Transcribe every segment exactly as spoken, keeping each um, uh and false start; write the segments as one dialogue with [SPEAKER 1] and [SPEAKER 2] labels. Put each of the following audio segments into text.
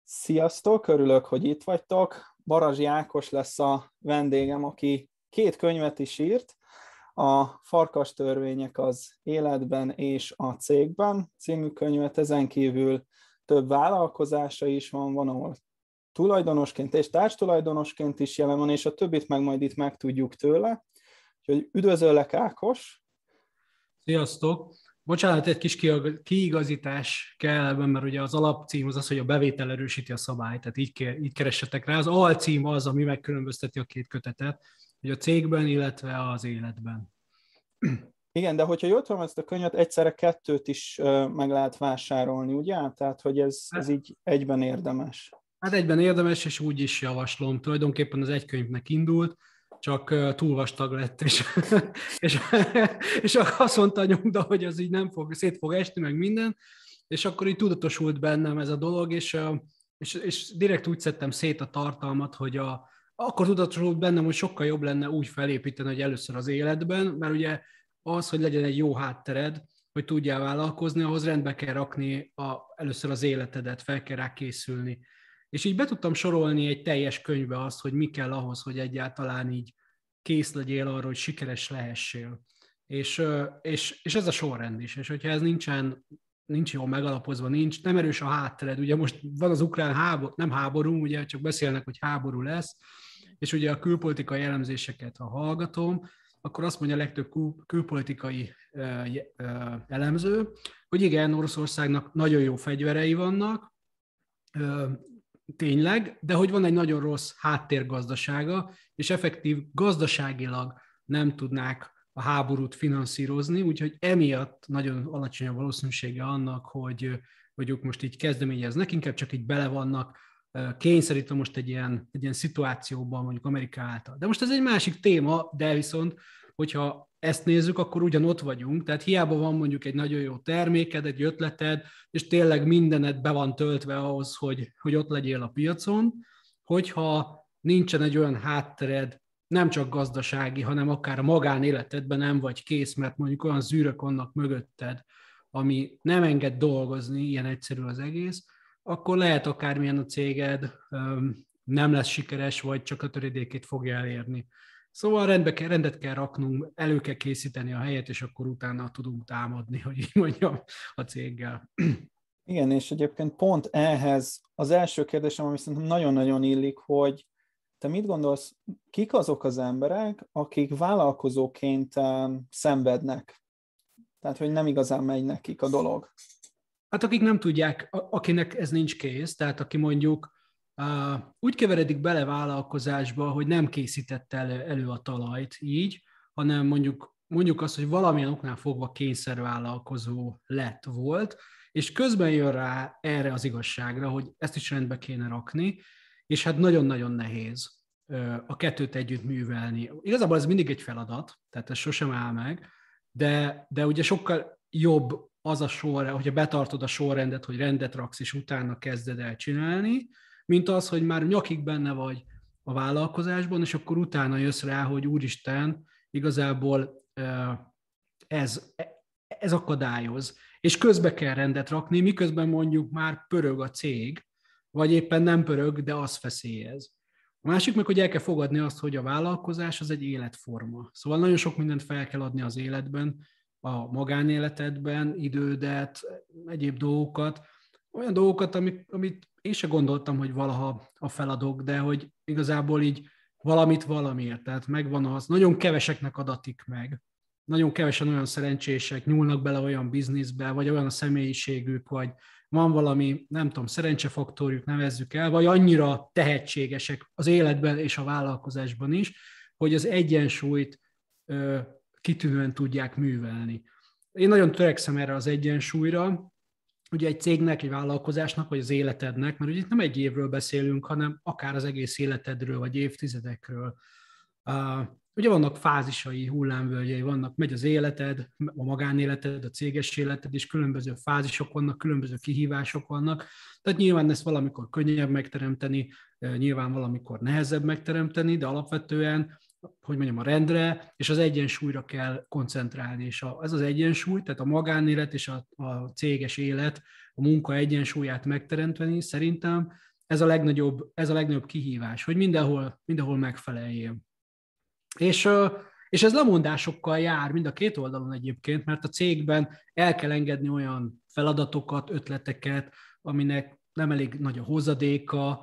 [SPEAKER 1] Sziasztok, örülök, hogy itt vagytok. Barazsi Ákos lesz a vendégem, aki két könyvet is írt, a Farkas törvények az életben és a cégben című könyvet, ezen kívül több vállalkozása is van, van, ahol tulajdonosként és társtulajdonosként is jelen van, és a többit meg majd itt megtudjuk tőle. Úgyhogy üdvözöllek, Ákos!
[SPEAKER 2] Sziasztok! Bocsánat, egy kis kiigazítás kell ebben, mert ugye az alapcím az az, hogy a bevétel erősíti a szabályt, tehát így, így keressetek rá. Az alcím az, ami megkülönbözteti a két kötetet, hogy a cégben, illetve az életben.
[SPEAKER 1] Igen, de hogyha jól tudom ezt a könyvet, egyszerre kettőt is meg lehet vásárolni, ugye? Tehát, hogy ez, ez így egyben érdemes.
[SPEAKER 2] Hát egyben érdemes, és úgy is javaslom. Tulajdonképpen az egy könyvnek indult, csak túl vastag lett, és, és, és azt mondta a nyomda, hogy az így nem fog, szét fog esni, meg minden, és akkor így tudatosult bennem ez a dolog, és, és, és direkt úgy szedtem szét a tartalmat, hogy a, akkor tudatosult bennem, hogy sokkal jobb lenne úgy felépíteni, hogy először az életben, mert ugye az, hogy legyen egy jó háttered, hogy tudjál vállalkozni, ahhoz rendbe kell rakni a, először az életedet, fel kell rá készülni. És így be tudtam sorolni egy teljes könyvbe azt, hogy mi kell ahhoz, hogy egyáltalán így kész legyél arra, hogy sikeres lehessél. És, és, és ez a sorrend is. És hogyha ez nincsen, nincs jól megalapozva, nincs, nem erős a háttered. Ugye most van az ukrán háború, nem háború, ugye csak beszélnek, hogy háború lesz, és ugye a külpolitikai elemzéseket, ha hallgatom, akkor azt mondja a legtöbb kül- külpolitikai elemző, hogy igen, Oroszországnak nagyon jó fegyverei vannak, tényleg, de hogy van egy nagyon rossz háttérgazdasága, és effektív gazdaságilag nem tudnák a háborút finanszírozni, úgyhogy emiatt nagyon alacsony a valószínűsége annak, hogy, hogy ők most így kezdeményeznek, inkább csak így bele vannak kényszerítve most egy ilyen, egy ilyen szituációban, mondjuk Amerika által. De most ez egy másik téma, de viszont, hogyha ezt nézzük, akkor ugyanott vagyunk, tehát hiába van mondjuk egy nagyon jó terméked, egy ötleted, és tényleg mindened be van töltve ahhoz, hogy, hogy ott legyél a piacon, hogyha nincsen egy olyan háttered, nem csak gazdasági, hanem akár a magánéletedben nem vagy kész, mert mondjuk olyan zűrök vannak mögötted, ami nem enged dolgozni, ilyen egyszerű az egész, akkor lehet akármilyen a céged, nem lesz sikeres, vagy csak a töredékét fogja elérni. Szóval rendbe kell, rendet kell raknunk, elő kell készíteni a helyet, és akkor utána tudunk támadni, hogy így mondjam, a céggel.
[SPEAKER 1] Igen, és egyébként pont ehhez az első kérdésem, ami szerintem nagyon-nagyon illik, hogy te mit gondolsz, kik azok az emberek, akik vállalkozóként szenvednek? Tehát, hogy nem igazán megy nekik a dolog.
[SPEAKER 2] Hát akik nem tudják, akinek ez nincs kész, tehát aki mondjuk Uh, úgy keveredik bele vállalkozásba, hogy nem készítette elő, elő a talajt így, hanem mondjuk, mondjuk azt, hogy valamilyen oknál fogva kényszervállalkozó lett volt, és közben jön rá erre az igazságra, hogy ezt is rendbe kéne rakni, és hát nagyon-nagyon nehéz uh, a kettőt együtt művelni. Igazából ez mindig egy feladat, tehát ez sosem áll meg, de, de ugye sokkal jobb az a sorrend, hogyha betartod a sorrendet, hogy rendet raksz, és utána kezded el csinálni, mint az, hogy már nyakig benne vagy a vállalkozásban, és akkor utána jössz rá, hogy úristen, igazából ez, ez akadályoz. És közbe kell rendet rakni, miközben mondjuk már pörög a cég, vagy éppen nem pörög, de az feszélyez. A másik meg, hogy el kell fogadni azt, hogy a vállalkozás az egy életforma. Szóval nagyon sok mindent fel kell adni az életben, a magánéletedben, idődet, egyéb dolgokat, olyan dolgokat, amit, amit én se gondoltam, hogy valaha a feladok, de hogy igazából így valamit valamiért, tehát megvan az, nagyon keveseknek adatik meg, nagyon kevesen olyan szerencsések nyúlnak bele olyan bizniszbe, vagy olyan a személyiségük, vagy van valami, nem tudom, szerencsefaktorjuk, nevezzük el, vagy annyira tehetségesek az életben és a vállalkozásban is, hogy az egyensúlyt ö, kitűnően tudják művelni. Én nagyon törekszem erre az egyensúlyra, ugye egy cégnek, egy vállalkozásnak, vagy az életednek, mert ugye itt nem egy évről beszélünk, hanem akár az egész életedről, vagy évtizedekről. Uh, ugye vannak fázisai, hullámvölgyei, vannak, megy az életed, a magánéleted, a céges életed, és különböző fázisok vannak, különböző kihívások vannak. Tehát nyilván ezt valamikor könnyebb megteremteni, nyilván valamikor nehezebb megteremteni, de alapvetően, hogy mondjam, a rendre és az egyensúlyra kell koncentrálni. És a, ez az egyensúly, tehát a magánélet és a, a céges élet, a munka egyensúlyát megteremteni, szerintem ez a legnagyobb, ez a legnagyobb kihívás, hogy mindenhol, mindenhol megfeleljél. És, és ez lemondásokkal jár mind a két oldalon egyébként, mert a cégben el kell engedni olyan feladatokat, ötleteket, aminek nem elég nagy a hozadéka,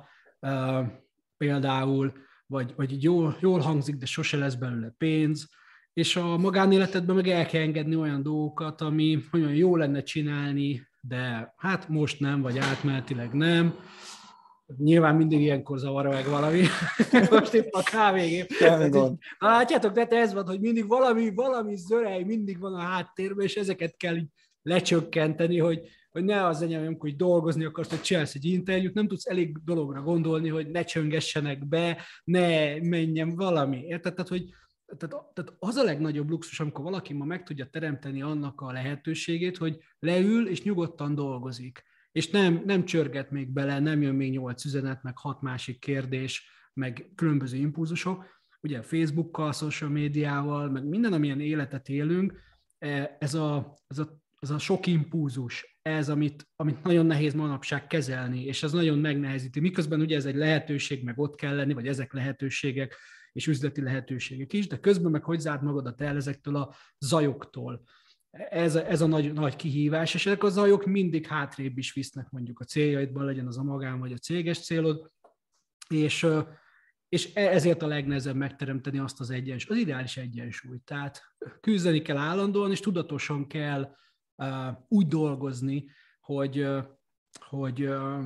[SPEAKER 2] például, vagy, vagy jól, jól hangzik, de sose lesz belőle pénz, és a magánéletedben meg el kell engedni olyan dolgokat, ami olyan jó lenne csinálni, de hát most nem, vagy átmenetileg nem. Nyilván mindig ilyenkor zavar meg valami. Most itt a kávégép. Látjátok, de ez van, hogy mindig valami, valami zörej mindig van a háttérben, és ezeket kell így lecsökkenteni, hogy, hogy ne az legyen, amikor dolgozni akarsz, hogy csinálsz egy interjút, nem tudsz elég dologra gondolni, hogy ne csöngessenek be, ne menjen valami. Érted? Tehát, hogy Tehát, tehát az a legnagyobb luxus, amikor valaki ma meg tudja teremteni annak a lehetőségét, hogy leül és nyugodtan dolgozik. És nem, nem csörget még bele, nem jön még nyolc üzenet, meg hat másik kérdés, meg különböző impulzusok. Ugye Facebookkal, social médiával, meg minden, amilyen életet élünk, ez a, ez a, ez a sok impulzus, ez, amit, amit nagyon nehéz manapság kezelni, és ez nagyon megnehezíti. Miközben ugye ez egy lehetőség, meg ott kell lenni, vagy ezek lehetőségek, és üzleti lehetőségek is, de közben meg hogy zárd magadat el ezektől a zajoktól. Ez a, ez a nagy, nagy kihívás, és ezek a zajok mindig hátrébb is visznek mondjuk a céljaidban, legyen az a magán vagy a céges célod, és, és ezért a legnehezebb megteremteni azt az egyensúlyt, az ideális egyensúlyt. Tehát küzdeni kell állandóan, és tudatosan kell uh, úgy dolgozni, hogy, uh, hogy uh,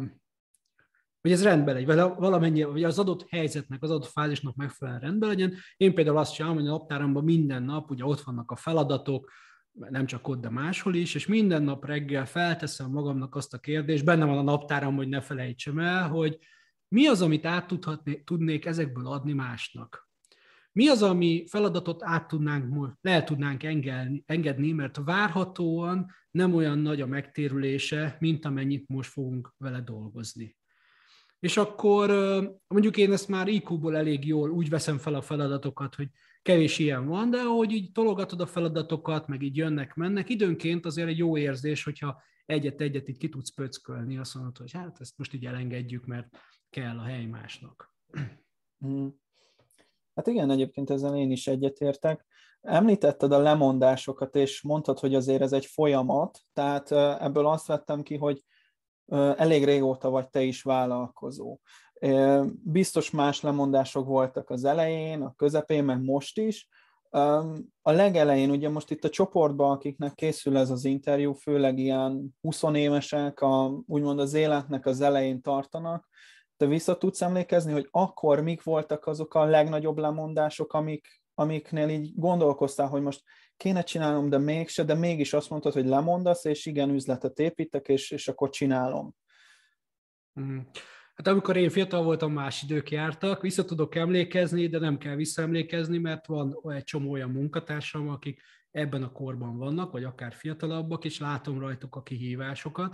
[SPEAKER 2] hogy ez rendben legyen, vagy valamennyire, vagy az adott helyzetnek, az adott fázisnak megfelelően rendben legyen. Én például azt csinálom, hogy a naptáramban minden nap, ugye ott vannak a feladatok, nem csak ott, de máshol is, és minden nap reggel felteszem magamnak azt a kérdést, benne van a naptáram, hogy ne felejtsem el, hogy mi az, amit át tudhatni, tudnék ezekből adni másnak. Mi az, ami feladatot át tudnánk, le tudnánk engedni, engedni, mert várhatóan nem olyan nagy a megtérülése, mint amennyit most fogunk vele dolgozni. És akkor mondjuk én ezt már í kú-ból elég jól úgy veszem fel a feladatokat, hogy kevés ilyen van, de ahogy így tologatod a feladatokat, meg így jönnek, mennek, időnként azért egy jó érzés, hogyha egyet-egyet így ki tudsz pöckölni, azt mondod, hogy hát ezt most így elengedjük, mert kell a hely másnak.
[SPEAKER 1] Hmm. Hát igen, egyébként ezzel én is egyetértek. Említetted a lemondásokat, és mondtad, hogy azért ez egy folyamat, tehát ebből azt vettem ki, hogy elég régóta vagy te is vállalkozó. Biztos más lemondások voltak az elején, a közepén, meg most is. A legelején, ugye most itt a csoportban, akiknek készül ez az interjú, főleg ilyen huszonévesek, a, úgymond az életnek az elején tartanak. Te vissza tudsz emlékezni, hogy akkor mik voltak azok a legnagyobb lemondások, amik, amiknél így gondolkoztál, hogy most kéne csinálnom, de mégse, de mégis azt mondtad, hogy lemondasz, és igen, üzletet építek, és, és akkor csinálom.
[SPEAKER 2] Mm. Hát amikor én fiatal voltam, más idők jártak, vissza tudok emlékezni, de nem kell visszaemlékezni, mert van egy csomó olyan munkatársam, akik ebben a korban vannak, vagy akár fiatalabbak, és látom rajtuk a kihívásokat,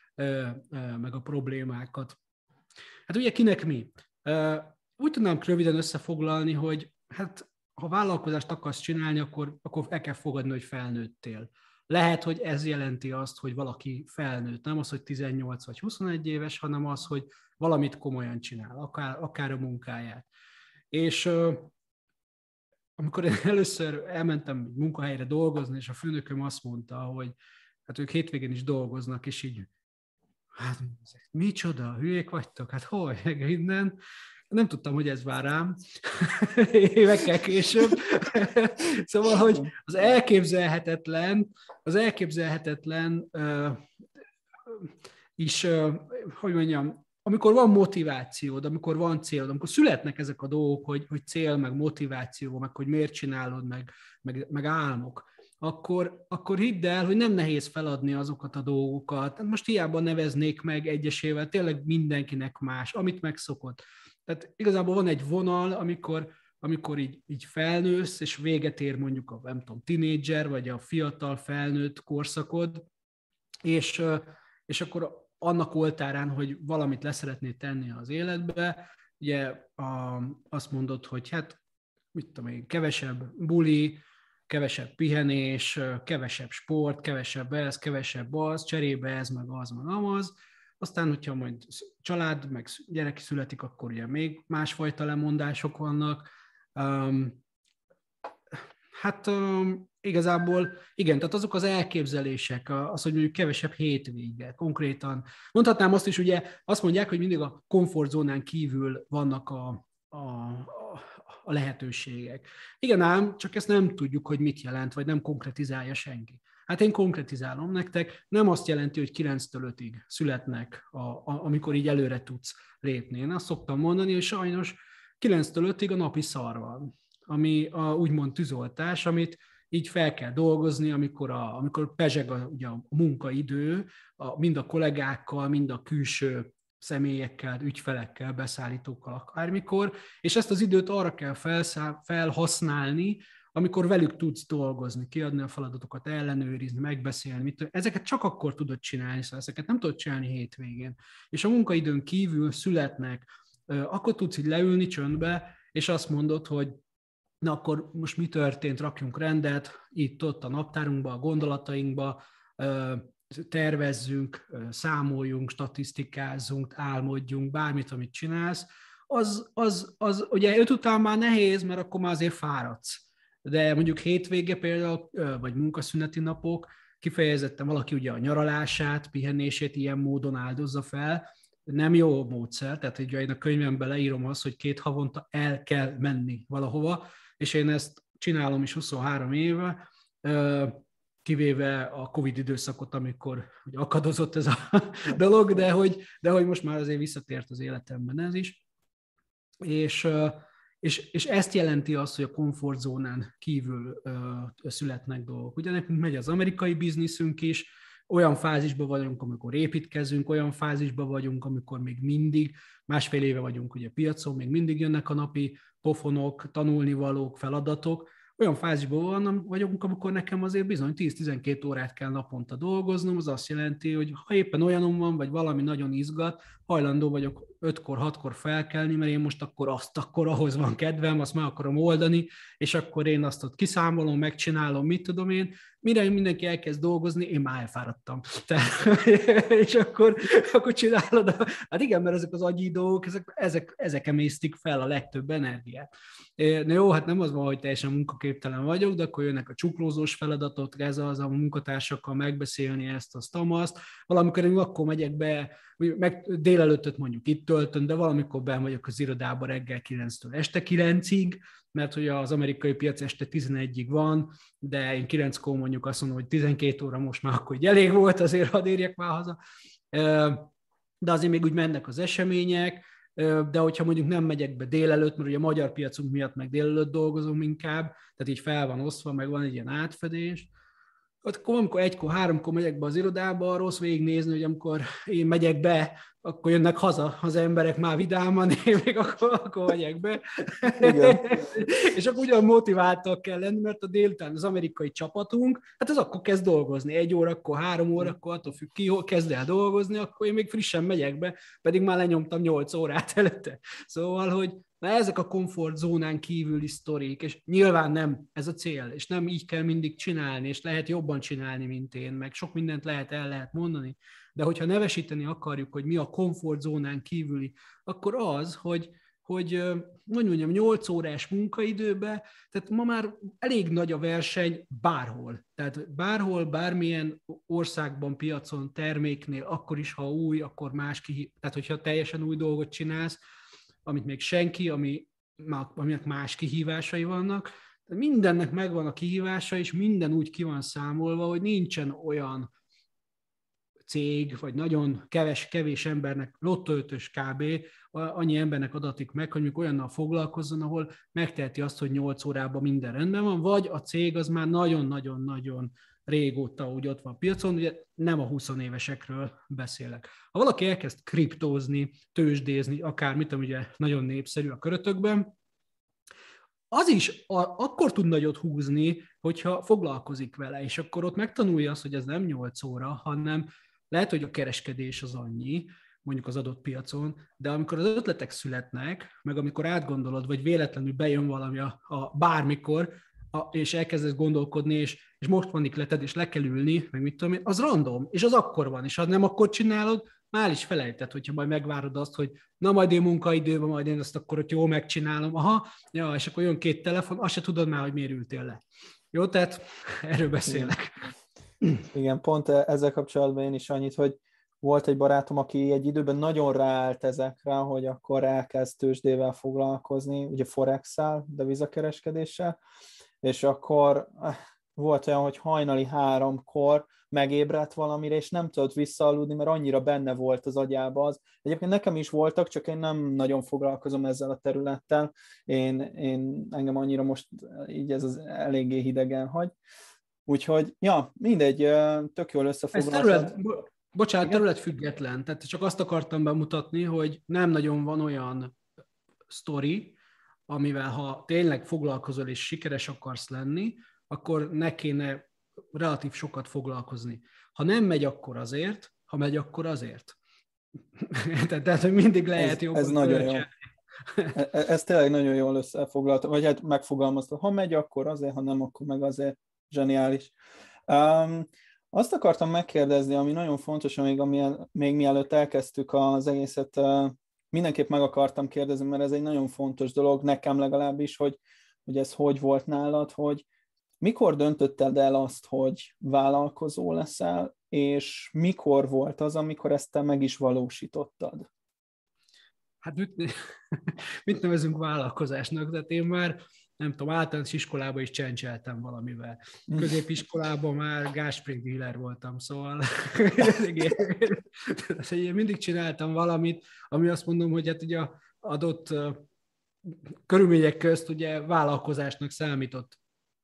[SPEAKER 2] meg a problémákat. Hát ugye kinek mi? Úgy tudnám röviden összefoglalni, hogy hát ha vállalkozást akarsz csinálni, akkor, akkor el kell fogadni, hogy felnőttél. Lehet, hogy ez jelenti azt, hogy valaki felnőtt. Nem az, hogy tizennyolc vagy huszonegy éves, hanem az, hogy valamit komolyan csinál, akár, akár a munkáját. És uh, amikor én először elmentem munkahelyre dolgozni, és a főnököm azt mondta, hogy hát ők hétvégén is dolgoznak, és így, hát micsoda, hülyék vagytok, hát hol, meg innen. Nem tudtam, hogy ez vár rám évekkel később. Szóval, hogy az elképzelhetetlen, az elképzelhetetlen uh, is, uh, hogy mondjam, amikor van motivációd, amikor van célod, amikor születnek ezek a dolgok, hogy, hogy cél, meg motiváció, meg hogy miért csinálod, meg, meg, meg álmok, akkor, akkor hidd el, hogy nem nehéz feladni azokat a dolgokat. Most hiába neveznék meg egyesével, tényleg mindenkinek más, amit megszokott. Tehát igazából van egy vonal, amikor, amikor így, így felnősz, és véget ér mondjuk a, nem tudom, tinédzser, vagy a fiatal felnőtt korszakod, és, és akkor annak oltárán, hogy valamit leszeretnéd tenni az életbe, ugye a, azt mondod, hogy hát, mit tudom én, kevesebb buli, kevesebb pihenés, kevesebb sport, kevesebb ez, kevesebb az, cserébe ez, meg az, meg amaz, aztán, hogyha majd család, meg gyerek születik, akkor ugye még másfajta lemondások vannak. Um, hát um, igazából igen, tehát azok az elképzelések, az, hogy mondjuk kevesebb hétvége, konkrétan. Mondhatnám azt is, ugye azt mondják, hogy mindig a komfortzónán kívül vannak a, a, a, a lehetőségek. Igen ám, csak ezt nem tudjuk, hogy mit jelent, vagy nem konkretizálja senki. Hát én konkretizálom nektek, nem azt jelenti, hogy kilenctől ötig születnek, a, a, amikor így előre tudsz lépni. Én azt szoktam mondani, hogy sajnos kilenctől ötig a napi szar van, ami a úgymond tűzoltás, amit így fel kell dolgozni, amikor, a, amikor pezseg a, ugye a munkaidő, a, mind a kollégákkal, mind a külső személyekkel, ügyfelekkel, beszállítókkal, akármikor, és ezt az időt arra kell felszá, felhasználni, amikor velük tudsz dolgozni, kiadni a feladatokat, ellenőrizni, megbeszélni, mit, ezeket csak akkor tudod csinálni, szóval ezeket nem tudod csinálni hétvégén. És a munkaidőn kívül születnek, akkor tudsz így leülni csöndbe, és azt mondod, hogy na akkor most mi történt, rakjunk rendet, itt-ott a naptárunkba, a gondolatainkba, tervezzünk, számoljunk, statisztikázzunk, álmodjunk, bármit, amit csinálsz, az, az, az ugye öt után már nehéz, mert akkor már azért fáradsz. De mondjuk hétvége például, vagy munkaszüneti napok, kifejezetten valaki ugye a nyaralását, pihenését ilyen módon áldozza fel, nem jó módszer, tehát ugye én a könyvemben leírom azt, hogy két havonta el kell menni valahova, és én ezt csinálom is huszonhárom éve, kivéve a Covid időszakot, amikor ugye akadozott ez a dolog, de hogy, de hogy most már azért visszatért az életemben ez is. És, és, és ezt jelenti azt, hogy a komfortzónán kívül születnek dolgok. Ugye nekünk megy az amerikai bizniszünk is, olyan fázisban vagyunk, amikor építkezünk, olyan fázisban vagyunk, amikor még mindig, másfél éve vagyunk ugye piacon, még mindig jönnek a napi pofonok, tanulnivalók, feladatok, olyan fázisban vagyunk, amikor nekem azért bizony tíz-tizenkét órát kell naponta dolgoznom, az azt jelenti, hogy ha éppen olyanom van, vagy valami nagyon izgat, hajlandó vagyok ötkor, hatkor felkelni, mert én most akkor azt, akkor ahhoz van kedvem, azt meg akarom oldani, és akkor én azt ott kiszámolom, megcsinálom, mit tudom én, mire mindenki elkezd dolgozni, én már elfáradtam. Tehát, és akkor, akkor csinálod. A, hát igen, mert ezek az agyi dolgok, ezek, ezek, ezek emésztik fel a legtöbb energiát. Na jó, hát nem az van, hogy teljesen munkaképtelen vagyok, de akkor jönnek a csuklózós feladatok, ez az a munkatársakkal megbeszélni ezt, azt, amazt. Valamikor én akkor megyek be, meg délelőttöt mondjuk itt töltöm, de valamikor ben vagyok az irodába reggel kilenctől este kilencig, mert hogy az amerikai piac este tizenegyig van, de én kilenckor mondjuk azt mondom, hogy tizenkét óra most már akkor így elég volt, azért hadd érjek már haza. De azért még úgy mennek az események, de hogyha mondjuk nem megyek be délelőtt, mert ugye a magyar piacunk miatt meg délelőtt dolgozom inkább, tehát így fel van osztva, meg van egy ilyen átfedés, akkor amikor egykor, háromkor megyek be az irodába, rossz végignézni, hogy amikor én megyek be, akkor jönnek haza az emberek már vidáman, én még akkor, akkor megyek be. És akkor ugyan motiváltak kell lenni, mert a délután az amerikai csapatunk, hát az akkor kezd dolgozni. Egy órakor, három órakor, attól függ ki, hol kezd el dolgozni, akkor én még frissen megyek be, pedig már lenyomtam nyolc órát előtte. Szóval, hogy na ezek a komfortzónán kívüli sztorik, és nyilván nem ez a cél, és nem így kell mindig csinálni, és lehet jobban csinálni, mint én, meg sok mindent lehet el lehet mondani, de hogyha nevesíteni akarjuk, hogy mi a komfortzónán kívüli, akkor az, hogy, hogy hogy mondjam, nyolc órás munkaidőben, tehát ma már elég nagy a verseny bárhol. Tehát bárhol, bármilyen országban, piacon, terméknél, akkor is, ha új, akkor más kihív, tehát hogyha teljesen új dolgot csinálsz, amit még senki, ami, aminek más kihívásai vannak. Mindennek megvan a kihívása, és minden úgy ki van számolva, hogy nincsen olyan cég, vagy nagyon keves, kevés embernek, lottóötös kb. Annyi embernek adatik meg, hogy még olyannal foglalkozzon, ahol megteheti azt, hogy nyolc órában minden rendben van, vagy a cég az már nagyon-nagyon-nagyon régóta úgy ott van a piacon, ugye nem a huszonévesekről beszélek. Ha valaki elkezd kriptózni, tőzsdézni, akármit, ami ugye nagyon népszerű a körötökben, az is a, akkor tud nagyot húzni, hogyha foglalkozik vele, és akkor ott megtanulja azt, hogy ez nem nyolc óra, hanem lehet, hogy a kereskedés az annyi, mondjuk az adott piacon, de amikor az ötletek születnek, meg amikor átgondolod, vagy véletlenül bejön valami a, a bármikor, a, és elkezdesz gondolkodni, és, és most van ikleted, és le kell ülni, meg mit tudom én, az random, és az akkor van, és ha nem akkor csinálod, már is felejtett, hogyha majd megvárod azt, hogy na majd én munkaidőben, majd én ezt akkor, hogy jól megcsinálom, aha, ja, és akkor jön két telefon, azt se tudod már, hogy miért ültél le. Jó, tehát erről beszélek.
[SPEAKER 1] Igen, Igen pont ezzel kapcsolatban én is annyit, hogy volt egy barátom, aki egy időben nagyon ráállt ezekre, hogy akkor elkezd tőzsdével foglalkozni, ugye Forex-szel, devizakereskedéssel, és akkor volt olyan, hogy hajnali háromkor megébredt valamire, és nem tudott visszaaludni, mert annyira benne volt az agyába az. Egyébként nekem is voltak, csak én nem nagyon foglalkozom ezzel a területtel. Én, én engem annyira most így ez az eléggé hidegen hagy. Úgyhogy, ja, mindegy, tök jól összefoglaltad.
[SPEAKER 2] Ez terület, bocsánat, terület független. Tehát csak azt akartam bemutatni, hogy nem nagyon van olyan sztori, amivel ha tényleg foglalkozol és sikeres akarsz lenni, akkor ne kéne relatív sokat foglalkozni. Ha nem megy, akkor azért, ha megy, akkor azért. Tehát, hogy mindig lehet
[SPEAKER 1] ez,
[SPEAKER 2] jobban
[SPEAKER 1] ez nagyon jó. Ez, ez tényleg nagyon jól összefoglalta, vagy hát megfogalmazta. Ha megy, akkor azért, ha nem, akkor meg azért. Zseniális. Um, azt akartam megkérdezni, ami nagyon fontos, amíg, amilyen, még mielőtt elkezdtük az egészet, uh, mindenképp meg akartam kérdezni, mert ez egy nagyon fontos dolog, nekem legalábbis, hogy, hogy ez hogy volt nálad, hogy mikor döntötted el azt, hogy vállalkozó leszel, és mikor volt az, amikor ezt te meg is valósítottad?
[SPEAKER 2] Hát mit, mit nevezünk vállalkozásnak? Tehát én már, nem tudom, általános iskolában is csencseltem valamivel. Középiskolában már gázspring dealer voltam, szóval én mindig csináltam valamit, ami azt mondom, hogy hát ugye adott körülmények közt ugye vállalkozásnak számított.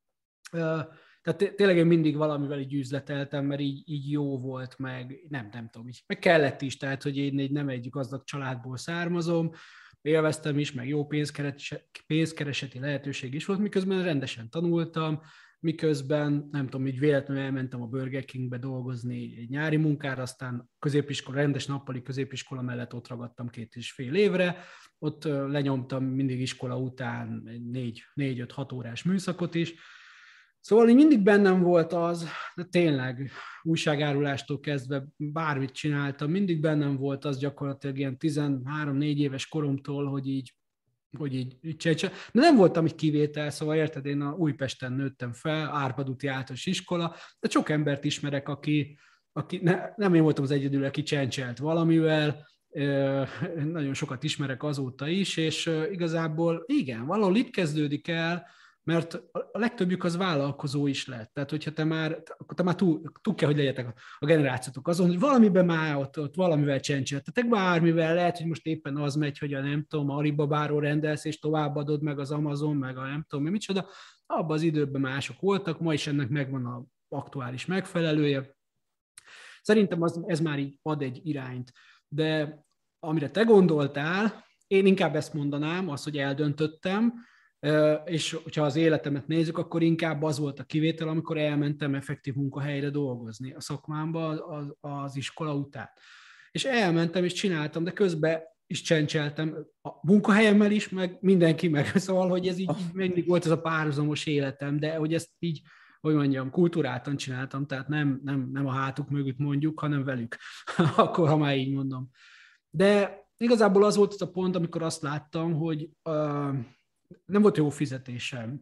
[SPEAKER 2] Tehát tényleg én mindig valamivel így üzleteltem, mert így, így jó volt, meg nem, nem tudom, így, meg kellett is, tehát hogy én nem egy gazdag családból származom, élveztem is, meg jó pénzkeres, pénzkereseti lehetőség is volt, miközben rendesen tanultam, miközben, nem tudom, így véletlenül elmentem a Burger Kingbe dolgozni egy nyári munkára, aztán középiskola, rendes nappali középiskola mellett ott ragadtam két és fél évre, ott lenyomtam mindig iskola után négy, négy-öt-hat órás műszakot is. Szóval így mindig bennem volt az, de tényleg újságárulástól kezdve bármit csináltam, mindig bennem volt az gyakorlatilag ilyen tizenhárom-négy éves koromtól, hogy így, hogy így, így csináltam. De nem voltam egy kivétel, szóval érted, én a Újpesten nőttem fel, Árpád úti általános iskola, de sok embert ismerek, aki, aki ne, nem én voltam az egyedül, aki csencselt valamivel, nagyon sokat ismerek azóta is, és igazából igen, valahol itt kezdődik el, mert a legtöbbjük az vállalkozó is lett. Tehát, hogyha te már, akkor te már túl, túl kell, hogy legyetek a generációtok azon, hogy valamiben már ott, ott valamivel csencseltetek, bármivel lehet, hogy most éppen az megy, hogy a nem tudom, a Alibabáról rendelsz, és továbbadod meg az Amazon, meg a nem tudom, micsoda. Abban az időben mások voltak, ma is ennek megvan az aktuális megfelelője. Szerintem az, ez már így ad egy irányt. De amire te gondoltál, én inkább ezt mondanám, az, hogy eldöntöttem, és hogyha az életemet nézzük, akkor inkább az volt a kivétel, amikor elmentem effektív munkahelyre dolgozni a szakmámba az, az iskola után. És elmentem, és csináltam, de közben is csencseltem a munkahelyemmel is, meg mindenki meg. Szóval, hogy ez így, így mindig volt ez a párhuzamos életem, de hogy ezt így, hogy mondjam, kultúráltan csináltam, tehát nem, nem, nem a hátuk mögött mondjuk, hanem velük. Akkor, ha már így mondom. De igazából az volt az a pont, amikor azt láttam, hogy uh, nem volt jó fizetésem.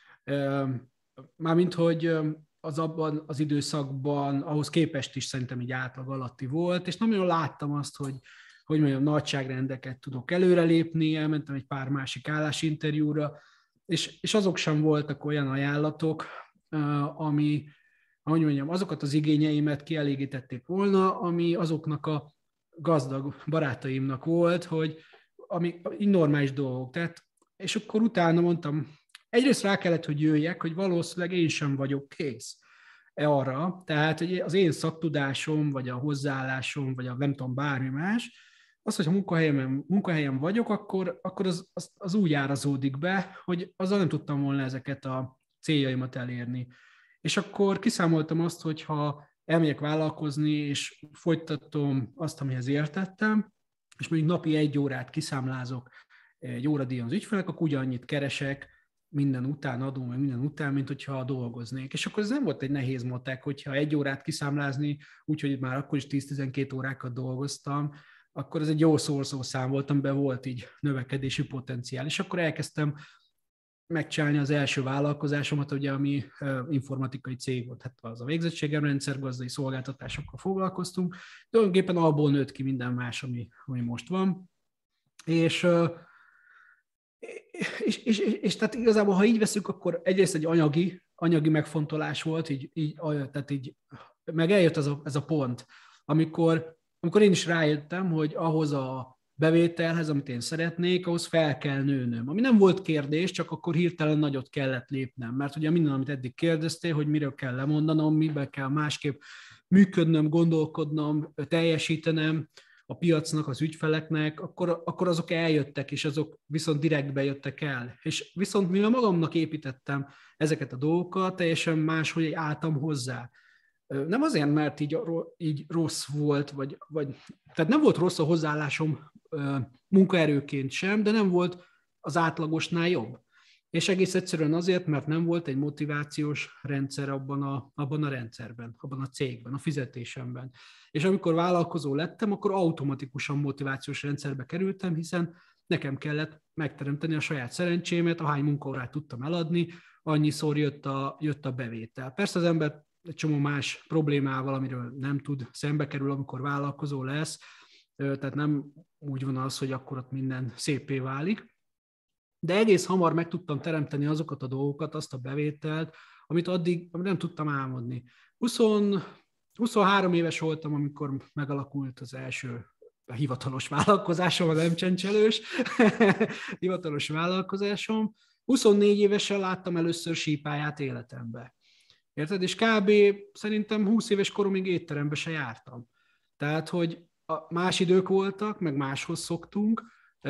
[SPEAKER 2] Mármint, hogy az abban az időszakban ahhoz képest is szerintem egy átlag alatti volt, és nem nagyon láttam azt, hogy, hogy mondjam, nagyságrendeket tudok előrelépni, elmentem egy pár másik állásinterjúra, és, és azok sem voltak olyan ajánlatok, ami, ahogy mondjam, azokat az igényeimet kielégítették volna, ami azoknak a gazdag barátaimnak volt, hogy ami normális dolgok. Tehát és akkor utána mondtam, egyrészt rá kellett, hogy jöjjek, hogy valószínűleg én sem vagyok kész arra, tehát hogy az én szaktudásom, vagy a hozzáállásom, vagy a nem tudom, bármi más, az, hogy ha munkahelyen, munkahelyen vagyok, akkor, akkor az, az, az úgy árazódik be, hogy azzal nem tudtam volna ezeket a céljaimat elérni. És akkor kiszámoltam azt, hogy ha elmegyek vállalkozni, és folytatom azt, amihez értettem, és mondjuk napi egy órát kiszámlázok egy óradíjon az ügyfelek, akkor ugyanannyit keresek, minden után adom, vagy minden után, mint hogyha dolgoznék. És akkor ez nem volt egy nehéz matek, hogyha egy órát kiszámlázni, úgyhogy már akkor is tíz-tizenkét órákat dolgoztam, akkor ez egy jó szórszó szám volt, amiben volt így növekedési potenciál. És akkor elkezdtem megcsinálni az első vállalkozásomat, ugye, ami informatikai cég volt, hát az a végzettségem, rendszergazdai szolgáltatásokkal foglalkoztunk, de tulajdonképpen abból nőtt ki minden más, ami, ami most van. És, és, és, és, és tehát igazából, ha így veszük, akkor egyrészt egy anyagi, anyagi megfontolás volt, így, így, tehát így, meg eljött ez a, ez a pont, amikor, amikor én is rájöttem, hogy ahhoz a bevételhez, amit én szeretnék, ahhoz fel kell nőnöm. Ami nem volt kérdés, csak akkor hirtelen nagyot kellett lépnem, mert ugye minden, amit eddig kérdeztél, hogy miről kell lemondanom, miben kell másképp működnöm, gondolkodnom, teljesítenem a piacnak, az ügyfeleknek, akkor, akkor azok eljöttek, és azok viszont direktbe jöttek el. És viszont mivel magamnak építettem ezeket a dolgokat, teljesen máshogy álltam hozzá. Nem azért, mert így, így rossz volt, vagy, vagy, tehát nem volt rossz a hozzáállásom munkaerőként sem, de nem volt az átlagosnál jobb. És egész egyszerűen azért, mert nem volt egy motivációs rendszer abban a, abban a rendszerben, abban a cégben, a fizetésemben. És amikor vállalkozó lettem, akkor automatikusan motivációs rendszerbe kerültem, hiszen nekem kellett megteremteni a saját szerencsémet, ahány munkaórát tudtam eladni, annyiszor jött a, jött a bevétel. Persze az ember egy csomó más problémával, amiről nem tud, szembe kerül, amikor vállalkozó lesz, tehát nem úgy van az, hogy akkor ott minden szépé válik, de egész hamar meg tudtam teremteni azokat a dolgokat, azt a bevételt, amit addig amit nem tudtam álmodni. húsz, huszonhárom éves voltam, amikor megalakult az első a hivatalos vállalkozásom, a nem csencselős, hivatalos vállalkozásom. huszonnégy évesen láttam először sípáját életembe. Érted? És kb. Szerintem húsz éves koromig étterembe se jártam. Tehát, hogy a más idők voltak, meg máshoz szoktunk,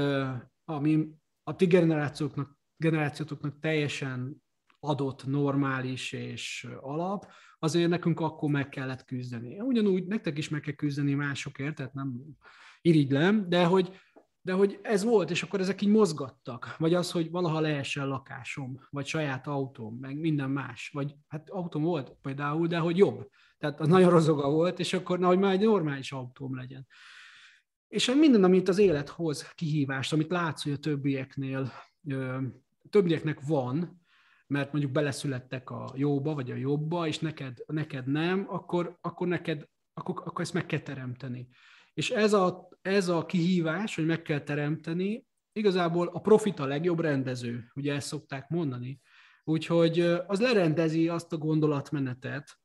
[SPEAKER 2] ami a ti generációknak, generációtoknak teljesen adott, normális és alap, azért nekünk akkor meg kellett küzdeni. Ugyanúgy nektek is meg kell küzdeni másokért, tehát nem irigylem, de hogy, de hogy ez volt, és akkor ezek így mozgattak. Vagy az, hogy valaha lehessen lakásom, vagy saját autóm, meg minden más. Vagy hát autóm volt például, de hogy jobb. Tehát az nagyon rozoga volt, és akkor na, hogy már egy normális autóm legyen. És minden, amit az élet hoz kihívást, amit látsz, hogy a többieknél, a többieknek van, mert mondjuk beleszülettek a jóba, vagy a jobba, és neked, neked nem, akkor, akkor neked, akkor, akkor ezt meg kell teremteni. És ez a, ez a kihívás, hogy meg kell teremteni, igazából a profit a legjobb rendező, ugye ezt szokták mondani. Úgyhogy az lerendezi azt a gondolatmenetet,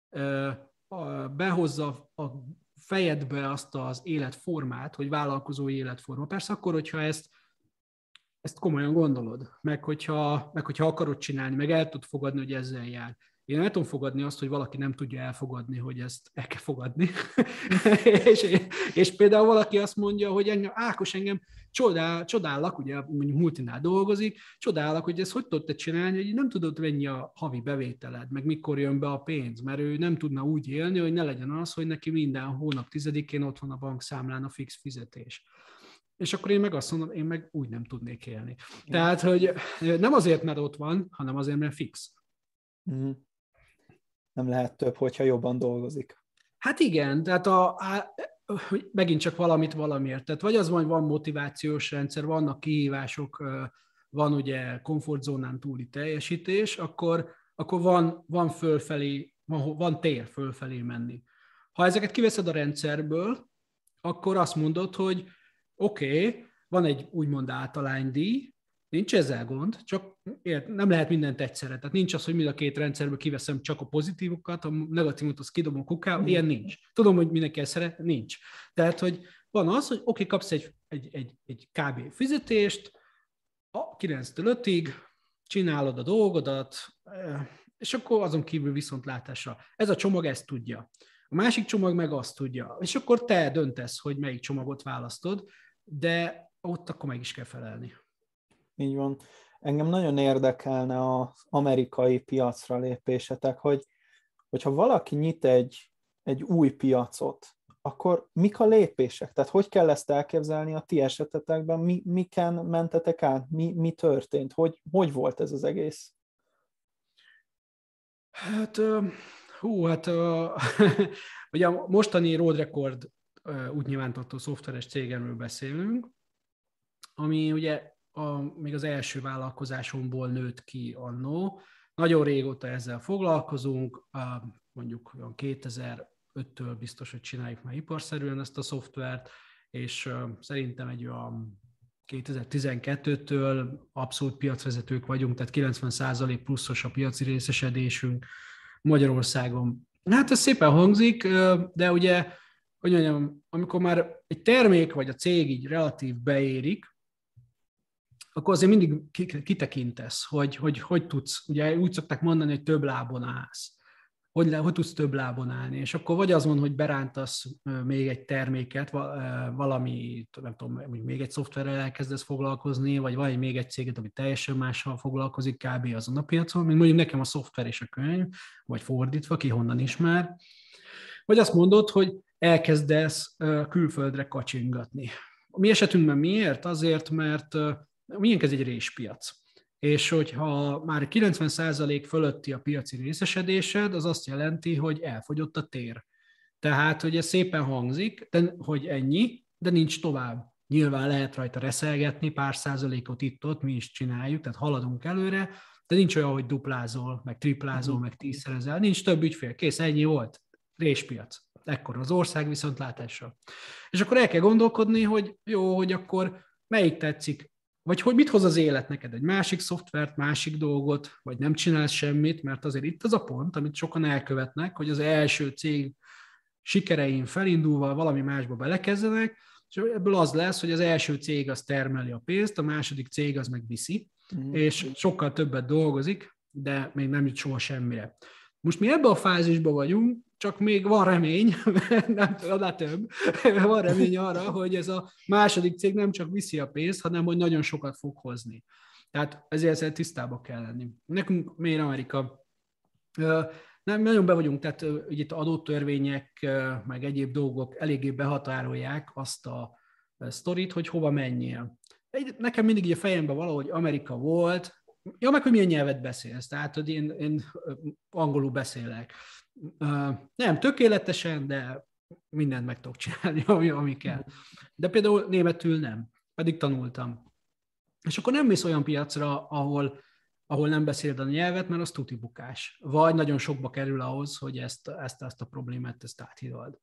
[SPEAKER 2] behozza a fejedbe azt az életformát, hogy vállalkozói életforma. Persze akkor, hogyha ezt, ezt komolyan gondolod, meg hogyha, meg hogyha akarod csinálni, meg el tud fogadni, hogy ezzel jár. Én el tudom fogadni azt, hogy valaki nem tudja elfogadni, hogy ezt el kell fogadni. és, és például valaki azt mondja, hogy engem, Ákos, engem csodál, csodállak, ugye mondjuk multinál dolgozik, csodálak, hogy ezt hogy tudod te csinálni, hogy nem tudod venni a havi bevételed, meg mikor jön be a pénz, mert ő nem tudna úgy élni, hogy ne legyen az, hogy neki minden hónap tizedikén ott van a bankszámlán a fix fizetés. És akkor én meg azt mondom, én meg úgy nem tudnék élni. Tehát, hogy nem azért, mert ott van, hanem azért, mert fix.
[SPEAKER 1] Mm. Nem lehet több, hogyha jobban dolgozik.
[SPEAKER 2] Hát igen, tehát a, a, megint csak valamit valamiért. Tehát vagy az van, hogy van motivációs rendszer, vannak kihívások, van ugye komfortzónán túli teljesítés, akkor, akkor van, van fölfelé, van, van tér fölfelé menni. Ha ezeket kiveszed a rendszerből, akkor azt mondod, hogy oké, okay, van egy úgymond általánydíj, nincs ezzel gond, csak ért, nem lehet mindent egyszerre. Tehát nincs az, hogy mind a két rendszerből kiveszem csak a pozitívokat, a negatívot azt kidobom kukába, ilyen nincs. Tudom, hogy mindenki ezt szeret, nincs. Tehát, hogy van az, hogy oké, okay, kapsz egy, egy, egy, egy kb. Fizetést, a kilenctől ötig, csinálod a dolgodat, és akkor azon kívül viszontlátásra. Ez a csomag ezt tudja. A másik csomag meg azt tudja. És akkor te döntesz, hogy melyik csomagot választod, de ott akkor meg is kell felelni.
[SPEAKER 1] Így van. Engem nagyon érdekelne az amerikai piacra lépésetek, hogy hogyha valaki nyit egy, egy új piacot, akkor mik a lépések? Tehát hogy kell ezt elképzelni a ti esetetekben? Mi, miken mentetek át? Mi, mi történt? Hogy, hogy volt ez az egész?
[SPEAKER 2] Hát, hú, hát ugye a mostani Road Record útnyilvántartó szoftveres cégemről beszélünk, ami ugye a, még az első vállalkozásomból nőtt ki annó. Nagyon régóta ezzel foglalkozunk, mondjuk kétezer-öttől biztos, hogy csináljuk már iparszerűen ezt a szoftvert, és szerintem egy olyan kétezer-tizenkettőtől abszolút piacvezetők vagyunk, tehát kilencven százalék pluszos a piaci részesedésünk Magyarországon. Hát ez szépen hangzik, de ugye, hogy mondjam, amikor már egy termék vagy a cég így relatív beérik, akkor azért mindig kitekintesz, hogy hogy, hogy tudsz, ugye úgy szokták mondani, hogy több lábon állsz. Hogy, hogy tudsz több lábon állni, és akkor vagy az van, hogy berántasz még egy terméket, valami, nem tudom, még egy szoftverrel elkezdesz foglalkozni, vagy vagy még egy céget, ami teljesen mással foglalkozik, kb. Azon a piacon, mint mondjuk nekem a szoftver és a könyv, vagy fordítva, ki honnan ismer, vagy azt mondod, hogy elkezdesz külföldre kacsingatni. A mi esetünkben miért? Azért, mert miénk ez egy réspiac. És hogyha már kilencven százalék fölötti a piaci részesedésed, az azt jelenti, hogy elfogyott a tér. Tehát, hogy ez szépen hangzik, de, hogy ennyi, de nincs tovább. Nyilván lehet rajta reszelgetni, pár százalékot itt-ott, mi is csináljuk, tehát haladunk előre, de nincs olyan, hogy duplázol, meg triplázol, meg tízszerezel, nincs több ügyfél, kész, ennyi volt. Réspiac. Ekkor az ország viszontlátásra. És akkor el kell gondolkodni, hogy jó, hogy akkor melyik tetszik, vagy hogy mit hoz az élet neked, egy másik szoftvert, másik dolgot, vagy nem csinálsz semmit, mert azért itt az a pont, amit sokan elkövetnek, hogy az első cég sikerein felindulva valami másba belekezdenek, és ebből az lesz, hogy az első cég az termeli a pénzt, a második cég az meg viszi, mm. és sokkal többet dolgozik, de még nem jut soha semmire. Most mi ebben a fázisban vagyunk, csak még van remény, nem tudom, több, van remény arra, hogy ez a második cég nem csak viszi a pénzt, hanem hogy nagyon sokat fog hozni. Tehát ezért ezzel tisztában kell lenni. Nekünk miért Amerika? Nem, nagyon be vagyunk, tehát ugye itt adótörvények, meg egyéb dolgok eléggé behatárolják azt a sztorit, hogy hova menjél. Nekem mindig így a fejemben valahogy Amerika volt, ja, meg hogy milyen nyelvet beszélsz, tehát hogy én, én angolul beszélek. Nem tökéletesen, de mindent meg tudok csinálni, ami, ami kell. De például németül nem, pedig tanultam. És akkor nem mész olyan piacra, ahol, ahol nem beszéled a nyelvet, mert az tuti bukás. Vagy nagyon sokba kerül ahhoz, hogy ezt, ezt, ezt a problémát ezt áthidold.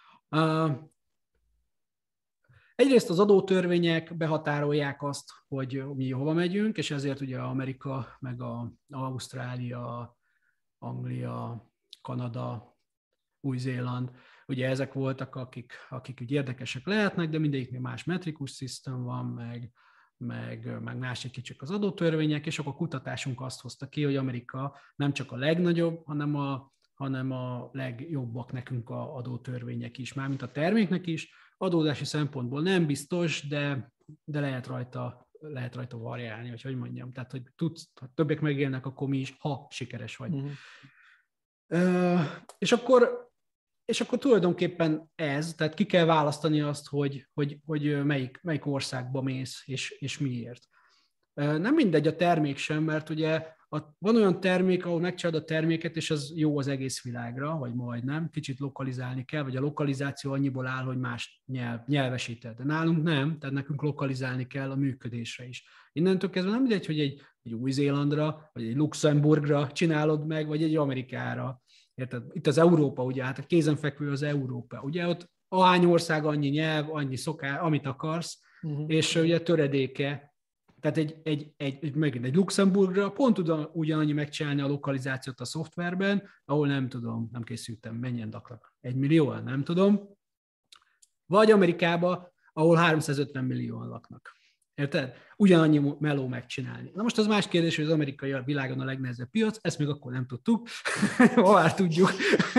[SPEAKER 2] Egyrészt az adótörvények behatárolják azt, hogy mi hova megyünk, és ezért ugye Amerika, meg a Ausztrália, Anglia, Kanada, Új-Zéland, ugye ezek voltak, akik, akik úgy érdekesek lehetnek, de mindegyiknél más metrikus szisztem van, meg, meg, meg másik kicsik az adótörvények, és akkor a kutatásunk azt hozta ki, hogy Amerika nem csak a legnagyobb, hanem a, hanem a legjobbak nekünk a adótörvények is, mármint a terméknek is, adózási szempontból nem biztos, de, de lehet rajta lehet rajta variálni, vagy hogy mondjam. Tehát, hogy tudsz, ha többek megélnek, akkor mi is, ha sikeres vagy. Uh-huh. Uh, és, akkor, és akkor tulajdonképpen ez, tehát ki kell választani azt, hogy, hogy, hogy melyik, melyik országba mész, és, és miért. Uh, nem mindegy a termék sem, mert ugye a, van olyan termék, ahol megcsinálod a terméket, és az jó az egész világra, vagy majdnem, kicsit lokalizálni kell, vagy a lokalizáció annyiból áll, hogy más nyelv, nyelvesíted. De nálunk nem, tehát nekünk lokalizálni kell a működésre is. Innentől kezdve nem mindegy, hogy egy, egy Új-Zélandra, vagy egy Luxemburgra csinálod meg, vagy egy Amerikára. Érted? Itt az Európa, ugye, hát a kézenfekvő az Európa. Ugye ott ahány ország, annyi nyelv, annyi szokás, amit akarsz, uh-huh. és ugye töredéke. Tehát egy, egy, egy, megint egy Luxemburgra pont ugyan, ugyanannyi megcsinálni a lokalizációt a szoftverben, ahol nem tudom, nem készültem, mennyien laknak. Egy millióan, nem tudom. Vagy Amerikába, ahol háromszázötven millióan laknak. Érted? Ugyanannyi meló megcsinálni. Na most az más kérdés, hogy az amerikai a világon a legnehezebb piac, ezt még akkor nem tudtuk. Ma már tudjuk.